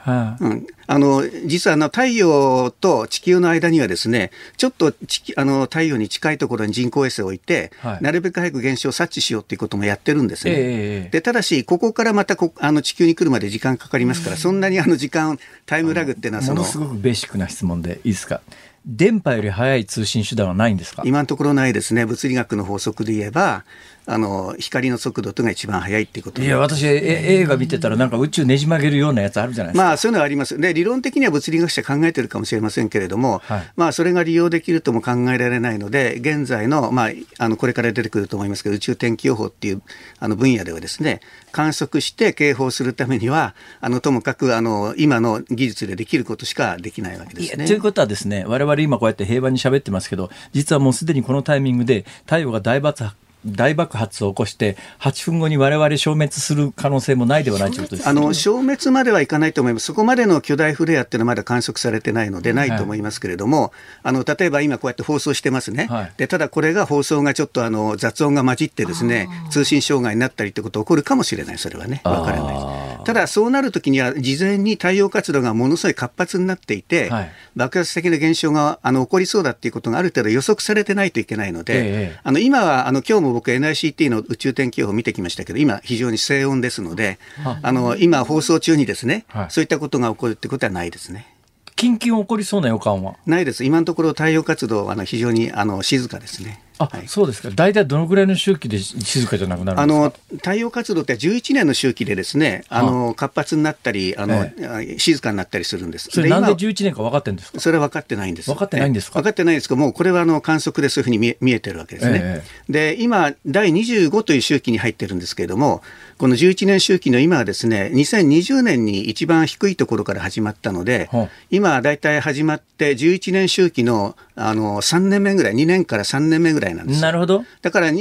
実は太陽と地球の間にはですね、ちょっと太陽に近いところに人工衛星を置いて、なるべく早く現象を察知しようということもやってるんですね。でただしここからまた地球に来るまで時間かかりますから、そんなにタイムラグっていうのはものすごくベーシックな質問でいいですか。電波より速い通信手段はないんですか。 今のところないですね。物理学の法則で言えば光の速度というのが一番速いっていうこと。 いや私映画見てたらなんか宇宙ねじ曲げるようなやつあるじゃないですか。 そういうのはあります。で理論的には物理学者考えてるかもしれませんけれども、それが利用できるとも考えられないので、現在の、これから出てくると思いますけど宇宙天気予報っていう分野ではですね、観測して警報するためにはともかく今の技術でできることしかできないわけですね。 ということはですね、我々今こうやって平和に喋ってますけど、実はもうすでにこのタイミングで太陽が大爆発を起こして8分後に我々消滅する可能性もないではないということです。 消滅まではいかないと思います。そこまでの巨大フレアっていうのはまだ観測されてないのでないと思いますけれども、例えば今こうやって放送してますね。でただこれが放送がちょっと雑音が混じってですね、通信障害になったりってことが起こるかもしれない。それはね分からないです。ただそうなるときには事前に太陽活動がものすごい活発になっていて、爆発的な現象が起こりそうだっていうことがある程度予測されてないといけないので、今は今日も僕 NICT の宇宙天気予報見てきましたけど、今非常に静穏ですので、今放送中にですね、そういったことが起こるってことはないですね。 近々起こりそうな予感はないです。今のところ太陽活動は非常に静かですね。 そうですか。大体どのぐらいの周期で静かじゃなくなるんですか。 太陽活動って11年の周期でですね、活発になったり静かになったりするんです。 それなんで11年か分かってるんですか。 それは分かってないんです。 分かってないんですか。 分かってないですけど、もうこれは観測でそういうふうに見えてるわけですね。で今第25という周期に入ってるんですけれども、この11年周期の今はですね、2020年に一番低いところから始まったので、今だいたい始まって11年周期の3年目ぐらい、2年から3年目ぐらいなんです。 なるほど。 だからあと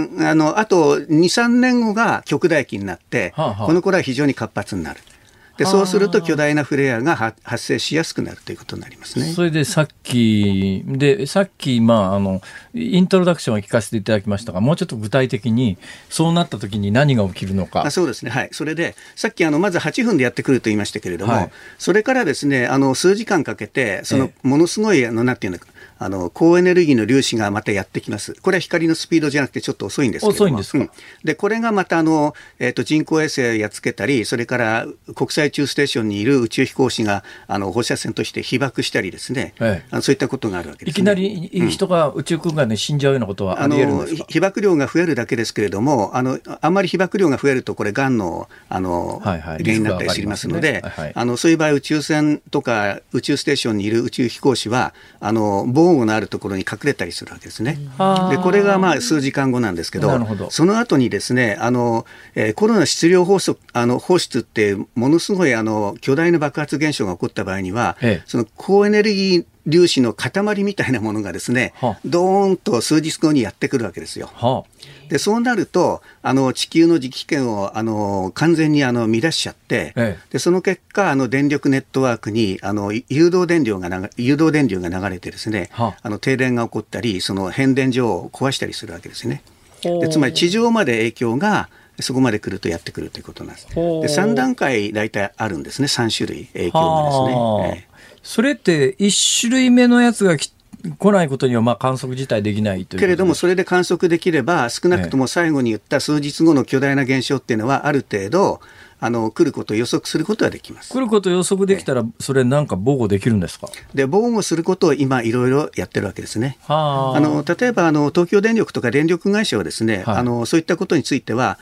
2,3 年後が極大期になって、この頃は非常に活発になる。でそうすると巨大なフレアが発生しやすくなるということになりますね。 それでさっき、イントロダクションを聞かせていただきましたが、もうちょっと具体的にそうなった時に何が起きるのか。 そうですね、はい。それでさっきまず8分でやってくると言いましたけれども、それからですね数時間かけてものすごいなんていうのか高エネルギーの粒子がまたやってきます。これは光のスピードじゃなくてちょっと遅いんですけども。 遅いんですか。 でこれがまた人工衛星やっつけたり、それから国際宇宙ステーションにいる宇宙飛行士が放射線として被爆したりですね、そういったことがあるわけですね。 いきなり人が宇宙空間で死んじゃうようなことはあり得るんですか。 被爆量が増えるだけですけれども、あんまり被爆量が増えるとこれがんの原因になったりしますので、そういう場合宇宙船とか宇宙ステーションにいる宇宙飛行士は防護のあるところに隠れたりするわけですね。でこれが数時間後なんですけど、その後にですねコロナ質量放出ってものすごい巨大な爆発現象が起こった場合には、その高エネルギー粒子の塊みたいなものがですね、ドーンと数日後にやってくるわけですよ。でそうなると地球の磁気圏を完全に乱しちゃって、でその結果電力ネットワークに誘導電流が流れてですね、停電が起こったり、その変電所を壊したりするわけですね。でつまり地上まで影響がそこまで来るとやってくるということなんです。で3段階大体あるんですね。3種類影響がですね。 それって1種類目のやつが来ないことには観測自体できないというけれども、それで観測できれば少なくとも最後に言った数日後の巨大な現象っていうのはある程度来ることを予測することはできます。 来ることを予測できたらそれなんか防護できるんですか。 で防護することを今いろいろやってるわけですね。例えば東京電力とか電力会社はですね、そういったことについては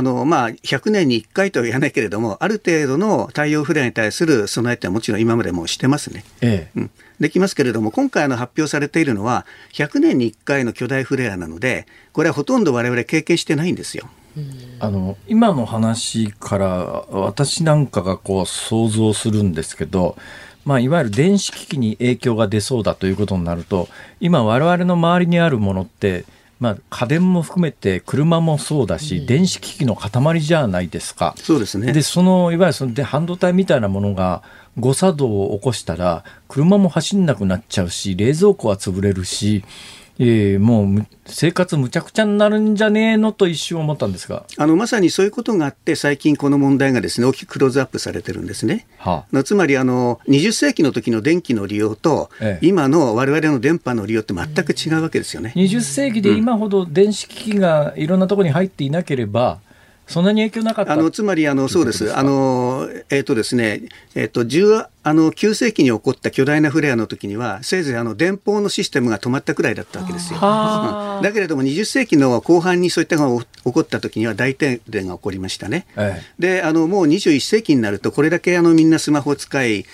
100年に1回とは言わないけれども、ある程度の太陽フレアに対する備えってはもちろん今までもしてますね。できますけれども、今回発表されているのは100年に1回の巨大フレアなので、これはほとんど我々経験してないんですよ。 今の話から私なんかが想像するんですけど、いわゆる電子機器に影響が出そうだということになると、今我々の周りにあるものって家電も含めて車もそうだし、電子機器の塊じゃないですか。 そうですね。 でいわゆる半導体みたいなものが誤作動を起こしたら車も走んなくなっちゃうし、冷蔵庫は潰れるし、 もう生活むちゃくちゃになるんじゃねえのと一瞬思ったんですが、 まさにそういうことがあって最近この問題がですね大きくクローズアップされてるんですね。つまり20世紀の時の電気の利用と、今の我々の電波の利用って全く違うわけですよね。 20世紀で今ほど電子機器がいろんなところに入っていなければそんなに影響なかった。 つまりそうです。ですね、9世紀に起こった巨大なフレアの時にはせいぜい電報のシステムが止まったくらいだったわけですよ。だけれども20世紀の後半にそういったのが起こった時には大停電が起こりましたね。でもう21世紀になるとこれだけみんなスマホを使い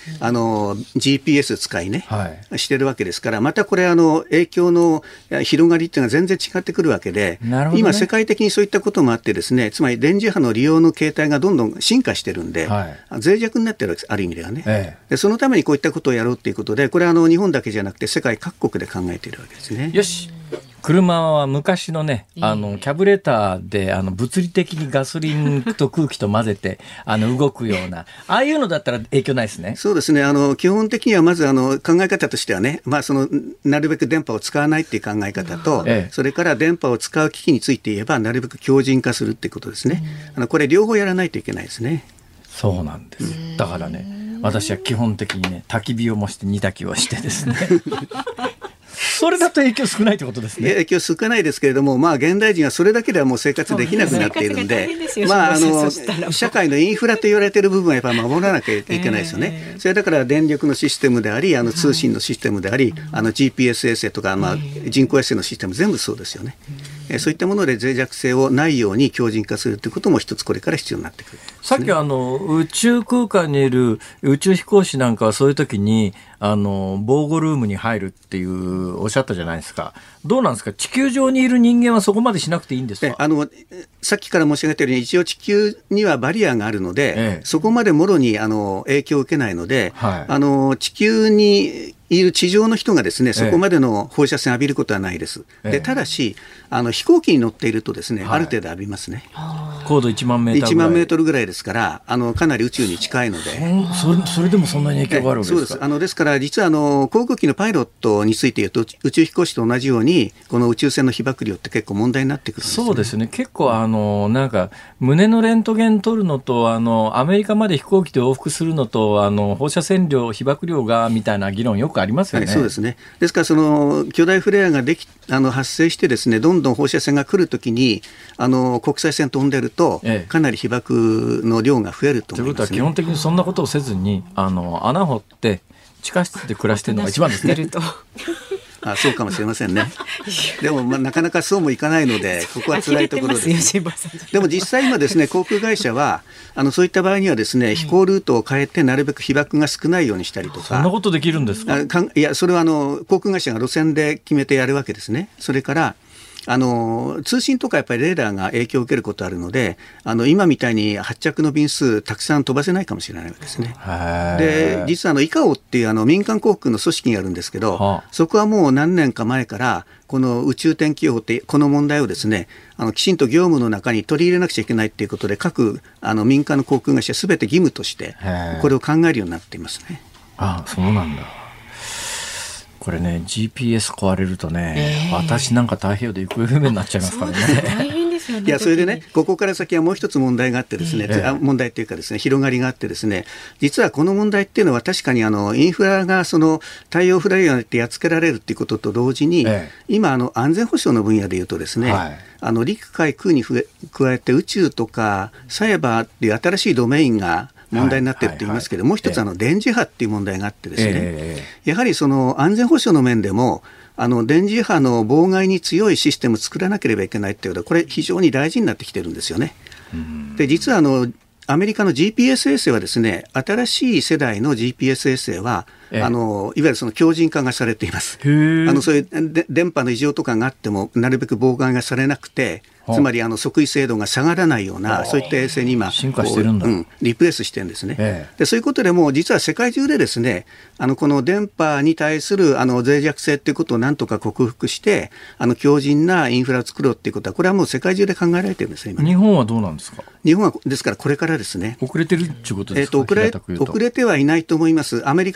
GPS 使いね、してるわけですから、またこれ影響の広がりっていうのは全然違ってくるわけで、今世界的にそういったこともあってですね、つまり電磁波の利用の形態がどんどん進化してるんで、脆弱になってるわけです、ある意味ではね。でそのためにこういったことをやろうということで、これは日本だけじゃなくて世界各国で考えているわけですね。 よし、車は昔のねキャブレターで物理的にガソリンと空気と混ぜて動くようなああいうのだったら影響ないですね。 そうですね。基本的にはまず考え方としてはね、なるべく電波を使わないっていう考え方と、それから電波を使う機器について言えばなるべく強靭化するっていうことですね。これ両方やらないといけないですね。 そうなんです。だからね、私は基本的にね焚き火をもして煮炊きをしてですねそれだと影響少ないということですね。 影響少ないですけれども、現代人はそれだけではもう生活できなくなっているんで、社会のインフラと言われている部分はやっぱり守らなきゃいけないですよね。それだから電力のシステムであり通信のシステムでありGPS 衛星とか、人工衛星のシステム全部そうですよね。そういったもので脆弱性をないように強靭化するということも一つこれから必要になってくる、ね。 さっき宇宙空間にいる宇宙飛行士なんかはそういう時に防護ルームに入るっていうおっしゃったじゃないですか。どうなんですか、地球上にいる人間はそこまでしなくていいんですか。 さっきから申し上げたように一応地球にはバリアがあるので、そこまでもろに影響を受けないので、地球にいる地上の人がですねそこまでの放射線を浴びることはないです。でただし飛行機に乗っているとですね、ある程度浴びますね。 高度1万メートルぐらい、 1万メートルぐらいですからかなり宇宙に近いので、 それでもそんなに影響があるわけですか。 そうです。ですから実は航空機のパイロットについて言うと宇宙飛行士と同じようにこの宇宙船の被曝量って結構問題になってくるんですよね。 そうですね。結構なんか胸のレントゲン取るのとアメリカまで飛行機で往復するのと放射線量被曝量がみたいな議論よくありますよね。 そうですね。ですから巨大フレアが発生してですねどんどん放射線が来るときに国際線飛んでると、かなり被曝の量が増えると思いますね。 ということは基本的にそんなことをせずに穴掘って地下室で暮らしているのが一番ですね。 そうかもしれませんね。でもなかなかそうもいかないのでここは辛いところです。でも実際今ですね航空会社はそういった場合にはですね飛行ルートを変えてなるべく被曝が少ないようにしたりとか。 そんなことできるんですか。 いやそれは航空会社が路線で決めてやるわけですね。それから通信とかやっぱりレーダーが影響を受けることあるので今みたいに発着の便数たくさん飛ばせないかもしれないわけですね。で実はICAOっていう民間航空の組織があるんですけど、そこはもう何年か前からこの宇宙天気予報ってこの問題をですねきちんと業務の中に取り入れなくちゃいけないっていうことで各民間の航空会社すべて義務としてこれを考えるようになっていますね。 そうなんだ。これね GPS 壊れるとね、私なんか太平洋で行方不明になっちゃいますからね。 大変ですよね。 いやそれでねここから先はもう一つ問題があってですね、問題っていうかですね広がりがあってですね、実はこの問題っていうのは確かにインフラが太陽フライヤーってやっつけられるっていうことと同時に、今安全保障の分野でいうとですね、陸海空に加えて宇宙とかサイバーっていう新しいドメインが問題になっていると言いますけど、もう一つ電磁波っていう問題があってですね、やはり安全保障の面でも電磁波の妨害に強いシステムを作らなければいけないということはこれ非常に大事になってきてるんですよね。で実はアメリカの GPS 衛星はですね新しい世代の GPS 衛星はいわゆる強靭化がされています。そういう電波の異常とかがあってもなるべく妨害がされなくて、つまり測位精度が下がらないようなそういった衛星に今進化してるんだ、 リプレイスしてるんですね。でそういうことでも実は世界中でですねこの電波に対する脆弱性ということをなんとか克服して強靭なインフラを作ろうということはこれはもう世界中で考えられてるんですね。今日本はどうなんですか。 日本はですからこれからですね遅れてるっていうことですか。 遅れてはいないと思います。アメリカが進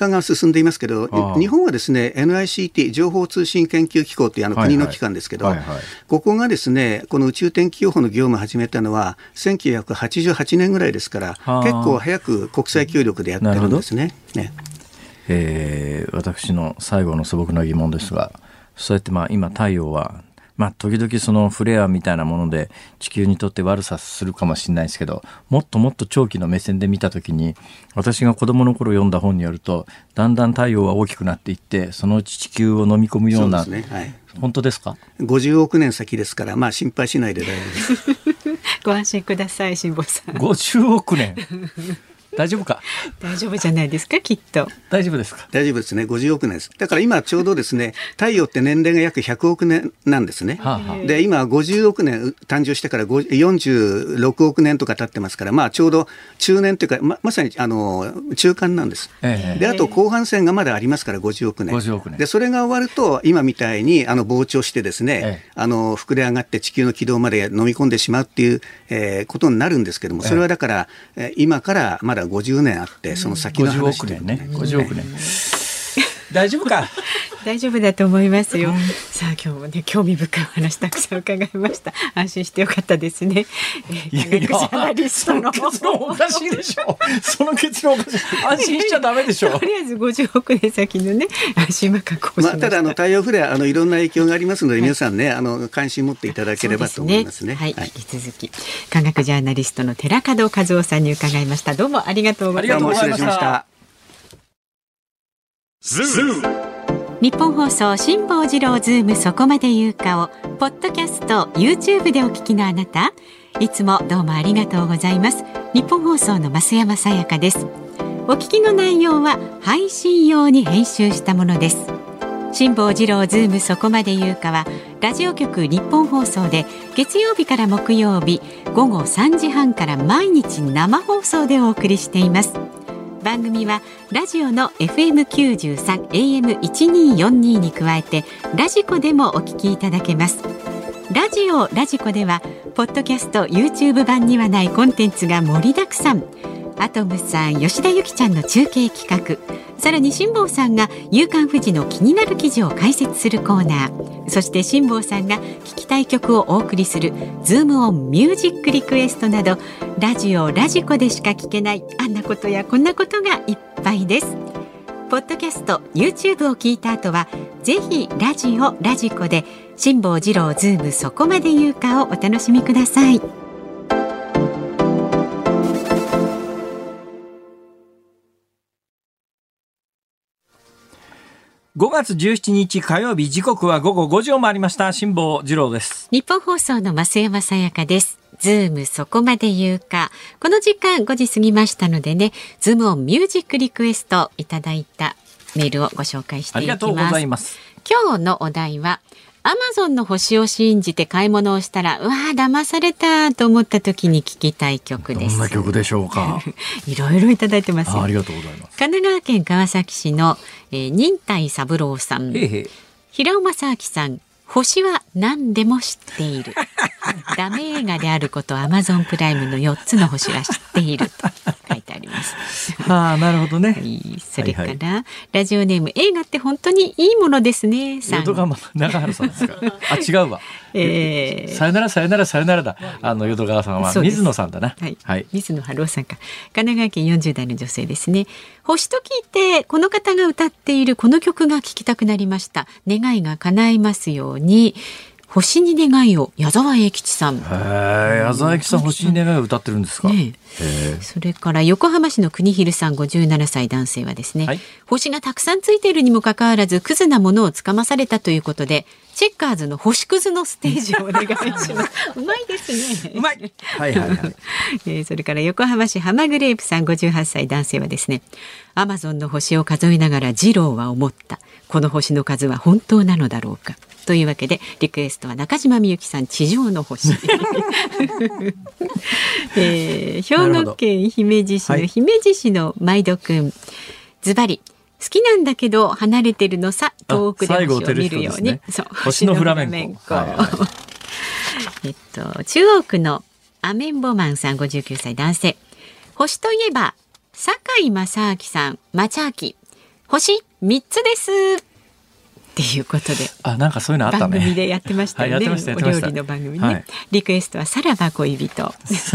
進んでいますけど、日本はですね NICT 情報通信研究機構という国の機関ですけど、ここがですねこの宇宙天気予報の業務を始めたのは1988年ぐらいですから、結構早く国際協力でやってるんですね。 私の最後の素朴な疑問ですが、そうやって今太陽は時々そのフレアみたいなもので地球にとって悪さするかもしれないですけど、もっともっと長期の目線で見たときに、私が子供の頃読んだ本によると、だんだん太陽は大きくなっていって、そのうち地球を飲み込むような。そうですね、本当ですか ？50億年先ですから、心配しないで大丈夫ですご安心ください、辛坊さん。 50億年大丈夫か？ 大丈夫じゃないですか、きっと。 大丈夫ですか？ 大丈夫ですね。50億年です。だから今ちょうどですね、太陽って年齢が約100億年なんですね。で、今50億年誕生してから46億年とか経ってますから、ちょうど中年というか、まさに中間なんです。で、あと後半戦がまだありますから50億年。 50億年。 で、それが終わると今みたいに膨張してですね、膨れ上がって地球の軌道まで飲み込んでしまうっていう、ことになるんですけども、それはだから、今からまだ50年あって、その先の話 50億年ね。50億年。大丈夫か？ 大丈夫だと思いますよ。さあ今日もね、興味深い話たくさん伺いました。安心してよかったですね。 いやいや、その結論おかしいでしょ。その結論おかしい。安心しちゃダメでしょ。 とりあえず50億年先のね、安心は確保しました。 ただ太陽フレアいろんな影響がありますので、皆さんね関心持っていただければと思いますね。 引き続き科学ジャーナリストの寺門和夫さんに伺いました。どうもありがとうございました。 失礼しました。 日本放送辛坊治郎ズームそこまで言うかをポッドキャスト YouTube でお聞きのあなた、いつもどうもありがとうございます。日本放送の増山さやかです。お聞きの内容は配信用に編集したものです。辛坊治郎ズームそこまで言うかはラジオ局日本放送で月曜日から木曜日午後3時半から毎日生放送でお送りしています。番組はラジオの FM93 AM1242 に加えてラジコでもお聞きいただけます。ラジコではポッドキャスト YouTube 版にはないコンテンツが盛りだくさん。アトムさん、吉田ゆきちゃんの中継企画、さらに辛坊さんが夕刊フジの気になる記事を解説するコーナー、そして辛坊さんが聞きたい曲をお送りするズームオンミュージックリクエストなど、ラジコでしか聞けないあんなことやこんなことがいっぱいです。ポッドキャスト YouTube を聞いた後はぜひラジコで辛坊治郎ズームそこまで言うかをお楽しみください。 5月17日火曜日、時刻は午後5時を回りました。辛坊治郎です。 日本放送の増山さやかです。ズームそこまで言うか、この時間5時過ぎましたのでね、ズームオンミュージックリクエストいただいたメールをご紹介していきます。 ありがとうございます。 今日のお題はアマゾンの星を信じて買い物をしたら、うわー騙されたと思った時に聴きたい曲です。 どんな曲でしょうか？ いろいろいただいてますよ。 ありがとうございます。 神奈川県川崎市の、忍耐三郎さん、平尾正明さん、星は何でも知っているダメ映画であることをアマゾンプライムの4つの星は知っていると書いてありますなるほどね。 それから、ラジオネーム、映画って本当にいいものですねさん。 淀川中原さんですか？違うわ、さよならさよならさよならだ。淀川さんは水野さんだな。 水野晴郎さんか。神奈川県40代の女性ですね。星と聞いてこの方が歌っているこの曲が聴きたくなりました。願いが叶いますように。星に願いを、矢沢永吉さん。 矢沢永吉さん、星に願いを歌ってるんですか？ それから横浜市の国広さん57歳男性はですね、星がたくさんついているにもかかわらずクズなものをつかまされたということで、チェッカーズの星屑のステージをお願いしますうまいですね。 うまい。 それから横浜市浜グレープさん58歳男性はですね、アマゾンの星を数えながら二郎は思った。この星の数は本当なのだろうか。というわけでリクエストは中島みゆきさん、地上の星兵庫県姫路市の姫路市の毎度くん、ズバリ好きなんだけど離れてるのさ、遠くで星を見るように、 星のフラメンコ。 中央区のアメンボマンさん59歳男性、星といえば堺正明さん、マチャーキ。 星3つですっていうことで、 なんかそういうのあったね。 番組でやってましたよね。 はい、 お料理の番組ね。リクエストはさらば恋人。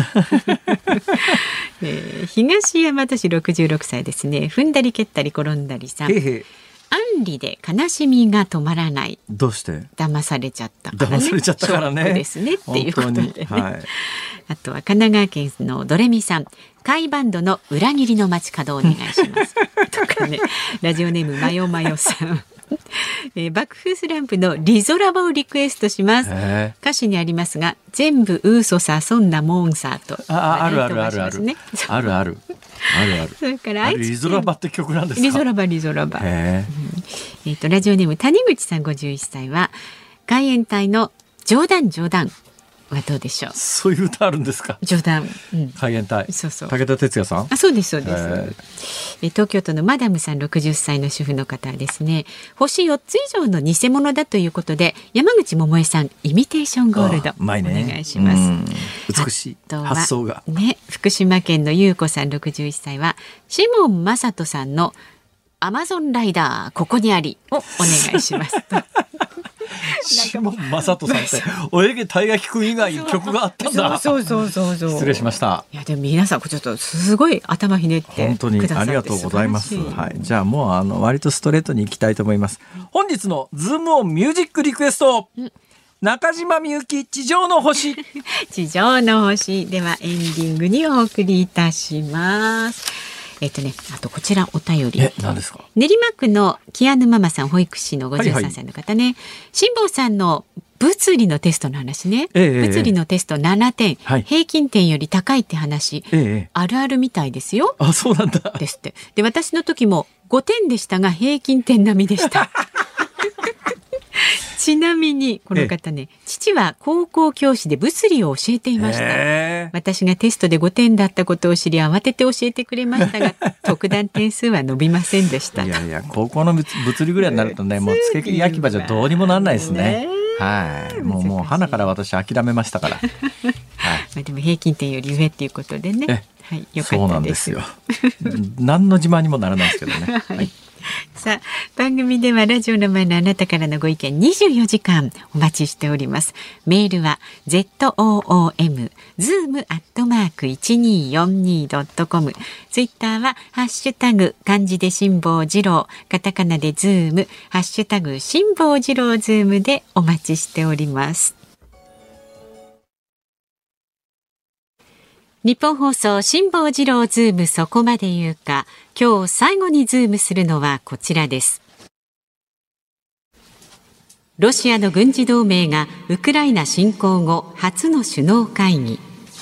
東大和市66歳ですね。踏んだり蹴ったり転んだりさん。アンリで悲しみが止まらない。 どうして？ 騙されちゃったからね。 騙されちゃったからね。 ショックですねっていうことでね。あとは神奈川県のドレミさん。カイバンドの裏切りの街角お願いします。とかね。ラジオネームマヨマヨさん。爆風スランプのリゾラバをリクエストします。歌詞にありますが、全部嘘さそんなもんさと。 あるあるあるある。あるある。 それからリゾラバって曲なんですか？ リゾラバ。ラジオネーム谷口さん51歳は海援隊の冗談はどうでしょう。 そういう歌あるんですか？冗談。 海援隊。 そう。 武田鉄矢さん。 そうです。東京都のマダムさん60歳の主婦の方ですね。星4つ以上の偽物だということで、山口百恵さんイミテーションゴールド、お願いします。 美しい発想が。 ね、福島県の優子さん61歳はシモン正人さんのアマゾンライダーここにありをお願いします。 シモン正人さんっておえげたいがきくん以外曲があったんだ。 そう失礼しました。 いやでも皆さんちょっとすごい頭ひねって本当にありがとうございます。はい、じゃあもう割とストレートに行きたいと思います。本日のズームオンミュージックリクエスト、中島みゆき地上の星。 地上の星ではエンディングにお送りいたします。あとこちらお便り。 何ですか？ 練馬区のキアヌママさん、保育士の53歳の方ね。辛坊さんの物理のテストの話ね。物理のテスト7点、平均点より高いって話、あるあるみたいですよ。 あ、そうなんだ。 ですって。で、私の時も5点でしたが平均点並みでした。ちなみにこの方ね、父は高校教師で物理を教えていました。私がテストで5点だったことを知り慌てて教えてくれましたが特段点数は伸びませんでした。 いや高校の物理ぐらいになるとね、もうつけ切り焼き場じゃどうにもならないですね。はい、もう花から私諦めましたから。 でも平均点より上っていうことでね。はい、よかったです。 そうなんですよ。何の自慢にもならないですけどね。はい。 さあ、番組ではラジオの前のあなたからのご意見24時間お待ちしております。メールは zoom@1242.com、 ツイッターはハッシュタグ漢字で辛坊治郎、カタカナでズーム、ハッシュタグ辛坊治郎ズームでお待ちしております。日本放送辛坊治郎ズームそこまで言うか。今日最後にズームするのはこちらです。ロシアの軍事同盟がウクライナ侵攻後初の首脳会議。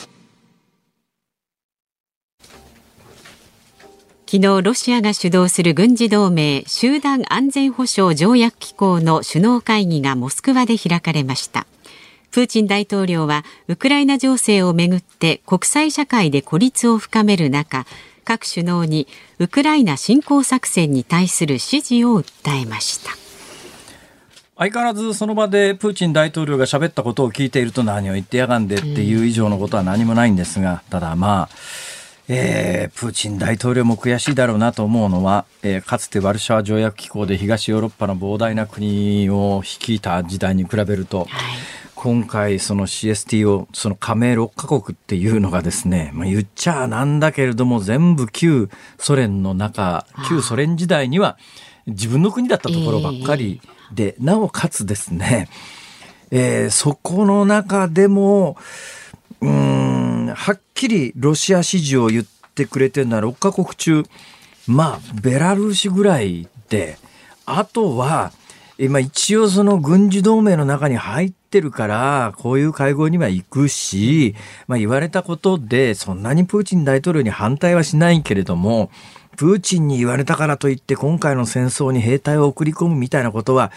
昨日ロシアが主導する軍事同盟集団安全保障条約機構の首脳会議がモスクワで開かれました。プーチン大統領はウクライナ情勢をめぐって国際社会で孤立を深める中、各首脳にウクライナ侵攻作戦に対する支持を訴えました。 相変わらずその場でプーチン大統領が喋ったことを聞いていると何を言ってやがんでっていう以上のことは何もないんですが、ただプーチン大統領も悔しいだろうなと思うのは、かつてワルシャワ条約機構で東ヨーロッパの膨大な国を率いた時代に比べると、今回その CSTO その加盟6カ国っていうのがですね、言っちゃなんだけれども全部旧ソ連の中、旧ソ連時代には自分の国だったところばっかりで、なおかつですね、そこの中でもはっきりロシア支持を言ってくれてるのは6カ国中ベラルーシぐらいで、あとは一応その軍事同盟の中に入ってるからこういう会合には行くし、言われたことでそんなにプーチン大統領に反対はしないけれども、プーチンに言われたからといって今回の戦争に兵隊を送り込むみたいなことは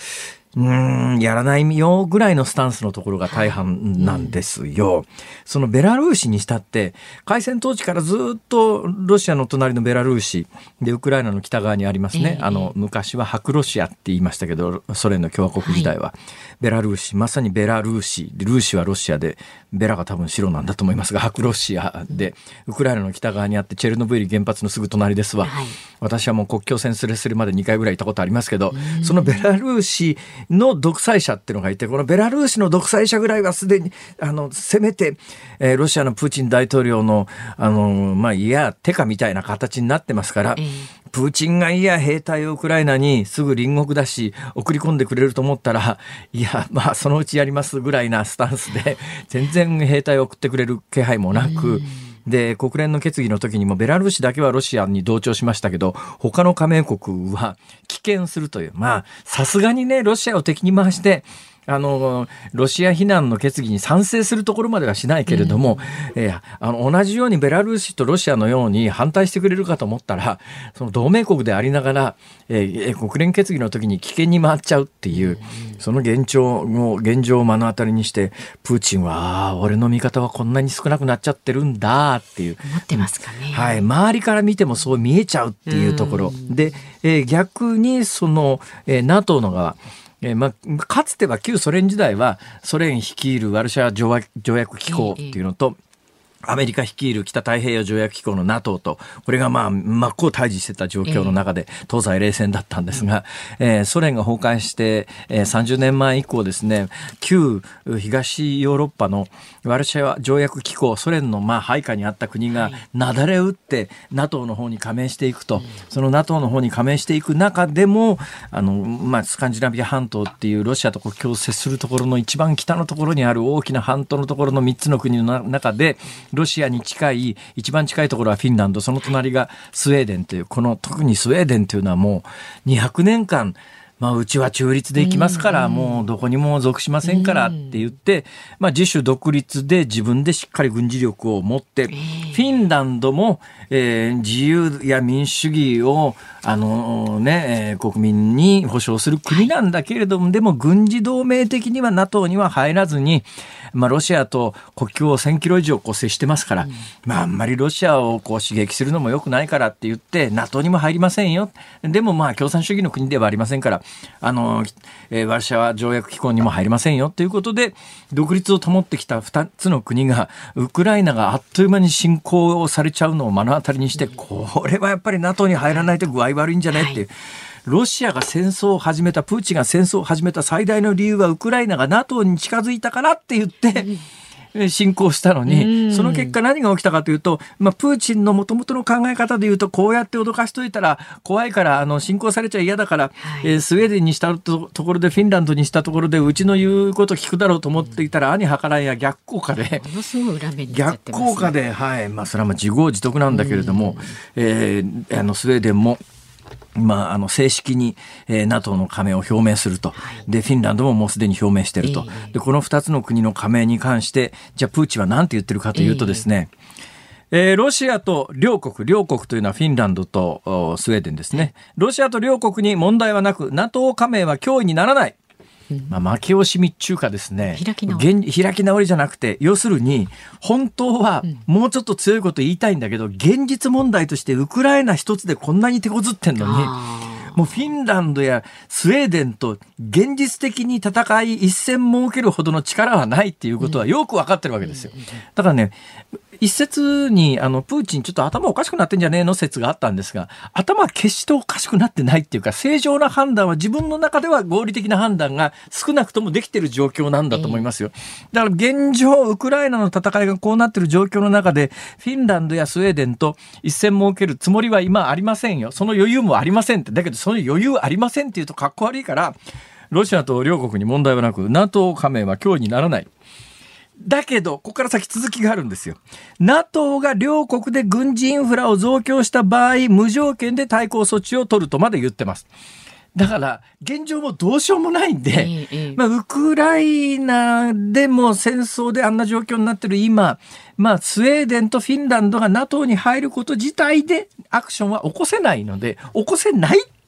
やらないよぐらいのスタンスのところが大半なんですよ。そのベラルーシにしたって開戦当時からずっとロシアの隣のベラルーシでウクライナの北側にありますね。昔は白ロシアって言いましたけど、ソ連の共和国時代は、ベラルーシ、まさにベラルーシで、ルーシはロシアでベラが多分白なんだと思いますが、白ロシアでウクライナの北側にあって、チェルノブイリ原発のすぐ隣ですわ。私はもう国境線すれすれまで2回ぐらい行ったことありますけど、そのベラルーシの独裁者っていうのがいて、このベラルーシの独裁者ぐらいはすでにせめて、ロシアのプーチン大統領のいや手下みたいな形になってますから、プーチンがいや兵隊をウクライナにすぐ隣国だし送り込んでくれると思ったら、いやそのうちやりますぐらいなスタンスで全然兵隊を送ってくれる気配もなく、で国連の決議の時にもベラルーシだけはロシアに同調しましたけど、他の加盟国は棄権するという、さすがにねロシアを敵に回してロシア非難の決議に賛成するところまではしないけれども、同じようにベラルーシとロシアのように反対してくれるかと思ったら、その同盟国でありながら、国連決議の時に棄権に回っちゃうっていう、その現状を目の当たりにして、プーチンは俺の味方はこんなに少なくなっちゃってるんだっていう思ってますかね。 周りから見てもそう見えちゃうっていうところで、逆にその、NATO の側、かつては旧ソ連時代はソ連率いるワルシャワ条約機構っていうのと、アメリカ率いる北太平洋条約機構の NATO と、これが真っ向対峙してた状況の中で東西冷戦だったんですが、ソ連が崩壊して、30年前以降ですね、旧東ヨーロッパのワルシャワ条約機構、ソ連の配下にあった国がなだれ打って NATO の方に加盟していくと、その NATO の方に加盟していく中でもスカンジナビア半島っていうロシアと国境を接するところの一番北のところにある大きな半島のところの3つの国の中で、ロシアに一番近いところはフィンランド、その隣がスウェーデンという、この特にスウェーデンというのはもう200年間うちは中立で行きますから、もうどこにも属しませんからって言って、自主独立で自分でしっかり軍事力を持って、フィンランドも、自由や民主主義を国民に保障する国なんだけれども、でも軍事同盟的には NATO には入らずに、ロシアと国境を1000キロ以上接してますから、あんまりロシアを刺激するのも良くないからって言って NATO にも入りませんよ。でも共産主義の国ではありませんから、ワルシャワ条約機構にも入りませんよということで、独立を保ってきた2つの国が、ウクライナがあっという間に侵攻をされちゃうのを目の当たりにして、これはやっぱり NATO に入らないと具合悪いんじゃないっていう、ロシアが戦争を始めた、プーチンが戦争を始めた最大の理由はウクライナが NATO に近づいたからって言って侵攻したのに、その結果何が起きたかというと、プーチンの元々の考え方でいうと、こうやって脅かしといたら怖いから侵攻されちゃ嫌だから、スウェーデンにしたところでフィンランドにしたところでうちの言うこと聞くだろうと思っていたら、兄はからんや逆効果で、逆効果で、それは自業自得なんだけれども、スウェーデンも正式に、NATO の加盟を表明すると。で、フィンランドももうすでに表明していると。で、この2つの国の加盟に関して、じゃあプーチンは何て言ってるかというとですね、ロシアと両国というのはフィンランドとスウェーデンですね。ロシアと両国に問題はなく、NATO 加盟は脅威にならない。負け惜しみっちゅうかですね、開き直りじゃなくて、要するに本当はもうちょっと強いこと言いたいんだけど、現実問題としてウクライナ一つでこんなに手こずってんのに、もうフィンランドやスウェーデンと現実的に戦い一戦設けるほどの力はないっていうことはよく分かってるわけですよ。だからね、一説にプーチンちょっと頭おかしくなってんじゃねえの説があったんですが、頭は決しておかしくなってないっていうか、正常な判断は自分の中では合理的な判断が少なくともできてる状況なんだと思いますよ。だから現状ウクライナの戦いがこうなってる状況の中で、フィンランドやスウェーデンと一戦設けるつもりは今ありませんよ。その余裕もありませんって。だけどその余裕ありませんっていうとかっこ悪いから、ロシアと両国に問題はなく NATO 加盟は脅威にならない。だけど、ここから先続きがあるんですよ。NATO が両国で軍事インフラを増強した場合、無条件で対抗措置を取るとまで言ってます。だから、現状もどうしようもないんで、ウクライナでも戦争であんな状況になってる今、スウェーデンとフィンランドが NATO に入ること自体でアクションは起こせないので、起こせないっ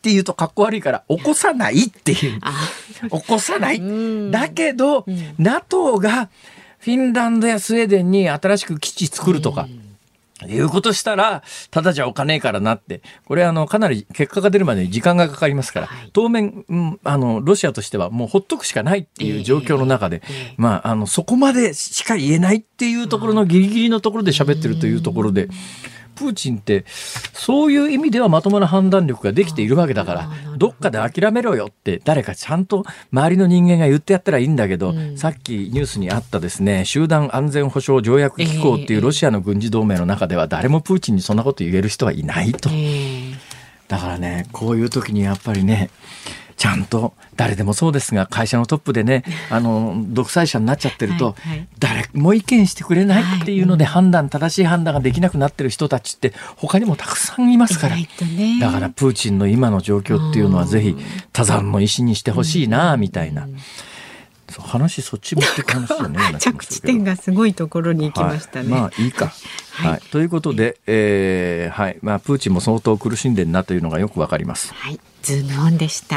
っていうとかっこ悪いから起こさないっていう起こさないだけど、NATO がフィンランドやスウェーデンに新しく基地作るとかいうことしたらただじゃおかねえからなって、これかなり結果が出るまでに時間がかかりますから、当面、ロシアとしてはもうほっとくしかないっていう状況の中で、そこまでしか言えないっていうところのギリギリのところで喋ってるというところで、プーチンってそういう意味ではまともな判断力ができているわけだから、どっかで諦めろよって誰かちゃんと周りの人間が言ってやったらいいんだけど、さっきニュースにあったですね、集団安全保障条約機構っていうロシアの軍事同盟の中では誰もプーチンにそんなこと言える人はいないと。だからね、こういう時にやっぱりね、ちゃんと誰でもそうですが会社のトップでね独裁者になっちゃってると、誰も意見してくれないっていうので正しい判断ができなくなってる人たちって他にもたくさんいますから、だからプーチンの今の状況っていうのはぜひ他山の石にしてほしいなみたいな、話そっち持ってく話じゃねえな着地点がすごいところに行きましたね。 いいか、ということで、プーチンも相当苦しんでるなというのがよくわかります。 ズームオンでした。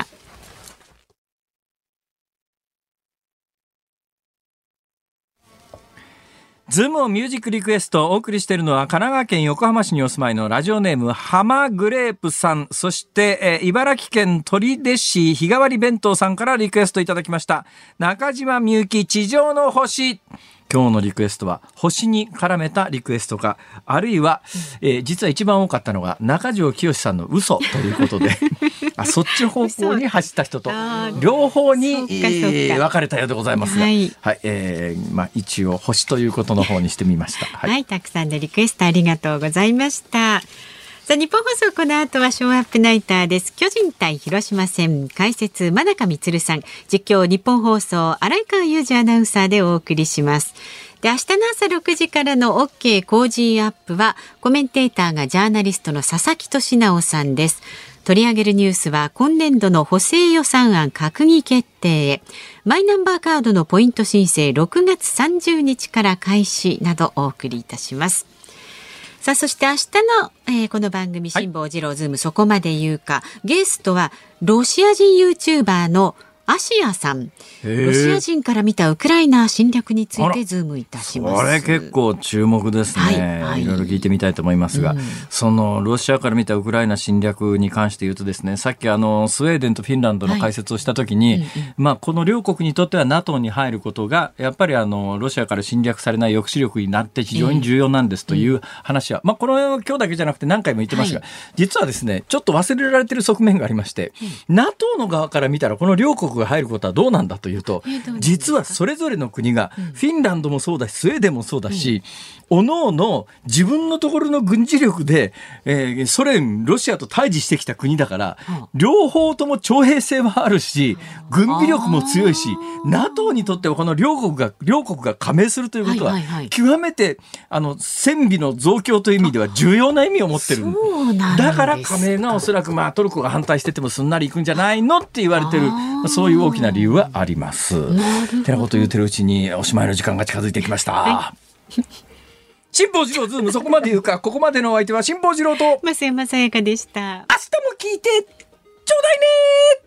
ズームオンミュージックリクエストをお送りしているのは神奈川県横浜市にお住まいのラジオネーム浜グレープさん、そして、茨城県取手市日替わり弁当さんからリクエストいただきました。中島みゆき地上の星。今日のリクエストは星に絡めたリクエストか、あるいは、実は一番多かったのが中条きよしさんの嘘ということでそっち方向に走った人と両方に、分かれたようでございますが、一応星ということの方にしてみました。 たくさんのリクエストありがとうございました。さあ、日本放送この後はショーアップナイターです。巨人対広島戦、解説真中満さん、実況日本放送荒井川裕二アナウンサーでお送りします。で、明日の朝6時からの OK 工事アップはコメンテーターがジャーナリストの佐々木俊直さんです。取り上げるニュースは今年度の補正予算案閣議決定へ、マイナンバーカードのポイント申請6月30日から開始などお送りいたします。さあ、そして明日の、この番組辛坊治郎ズームそこまで言うか、ゲストはロシア人 YouTuber のアシアさん、ロシア人から見たウクライナ侵略についてズームいたします。 これ結構注目ですね、いろいろ聞いてみたいと思いますが、そのロシアから見たウクライナ侵略に関して言うとですね、さっきスウェーデンとフィンランドの解説をしたときに、この両国にとっては NATO に入ることがやっぱりロシアから侵略されない抑止力になって非常に重要なんですという話は、この今日だけじゃなくて何回も言ってますが、実はですねちょっと忘れられている側面がありまして、NATO の側から見たらこの両国が入ることはどうなんだというと、実はそれぞれの国が、フィンランドもそうだしスウェーデンもそうだし、おのおの自分のところの軍事力で、ソ連ロシアと対峙してきた国だから、両方とも徴兵制はあるし軍備力も強いし、 NATO にとってはこの両国が加盟するということは、極めて戦備の増強という意味では重要な意味を持ってる。だから加盟がおそらくトルコが反対しててもすんなりいくんじゃないのって言われてる、そういう大きな理由はあります。てなことを言ってるうちにおしまいの時間が近づいてきました。辛坊治郎ズームそこまで言うか。ここまでのお相手は辛坊治郎と増山さやかでした。 明日も聞いてちょうだいね。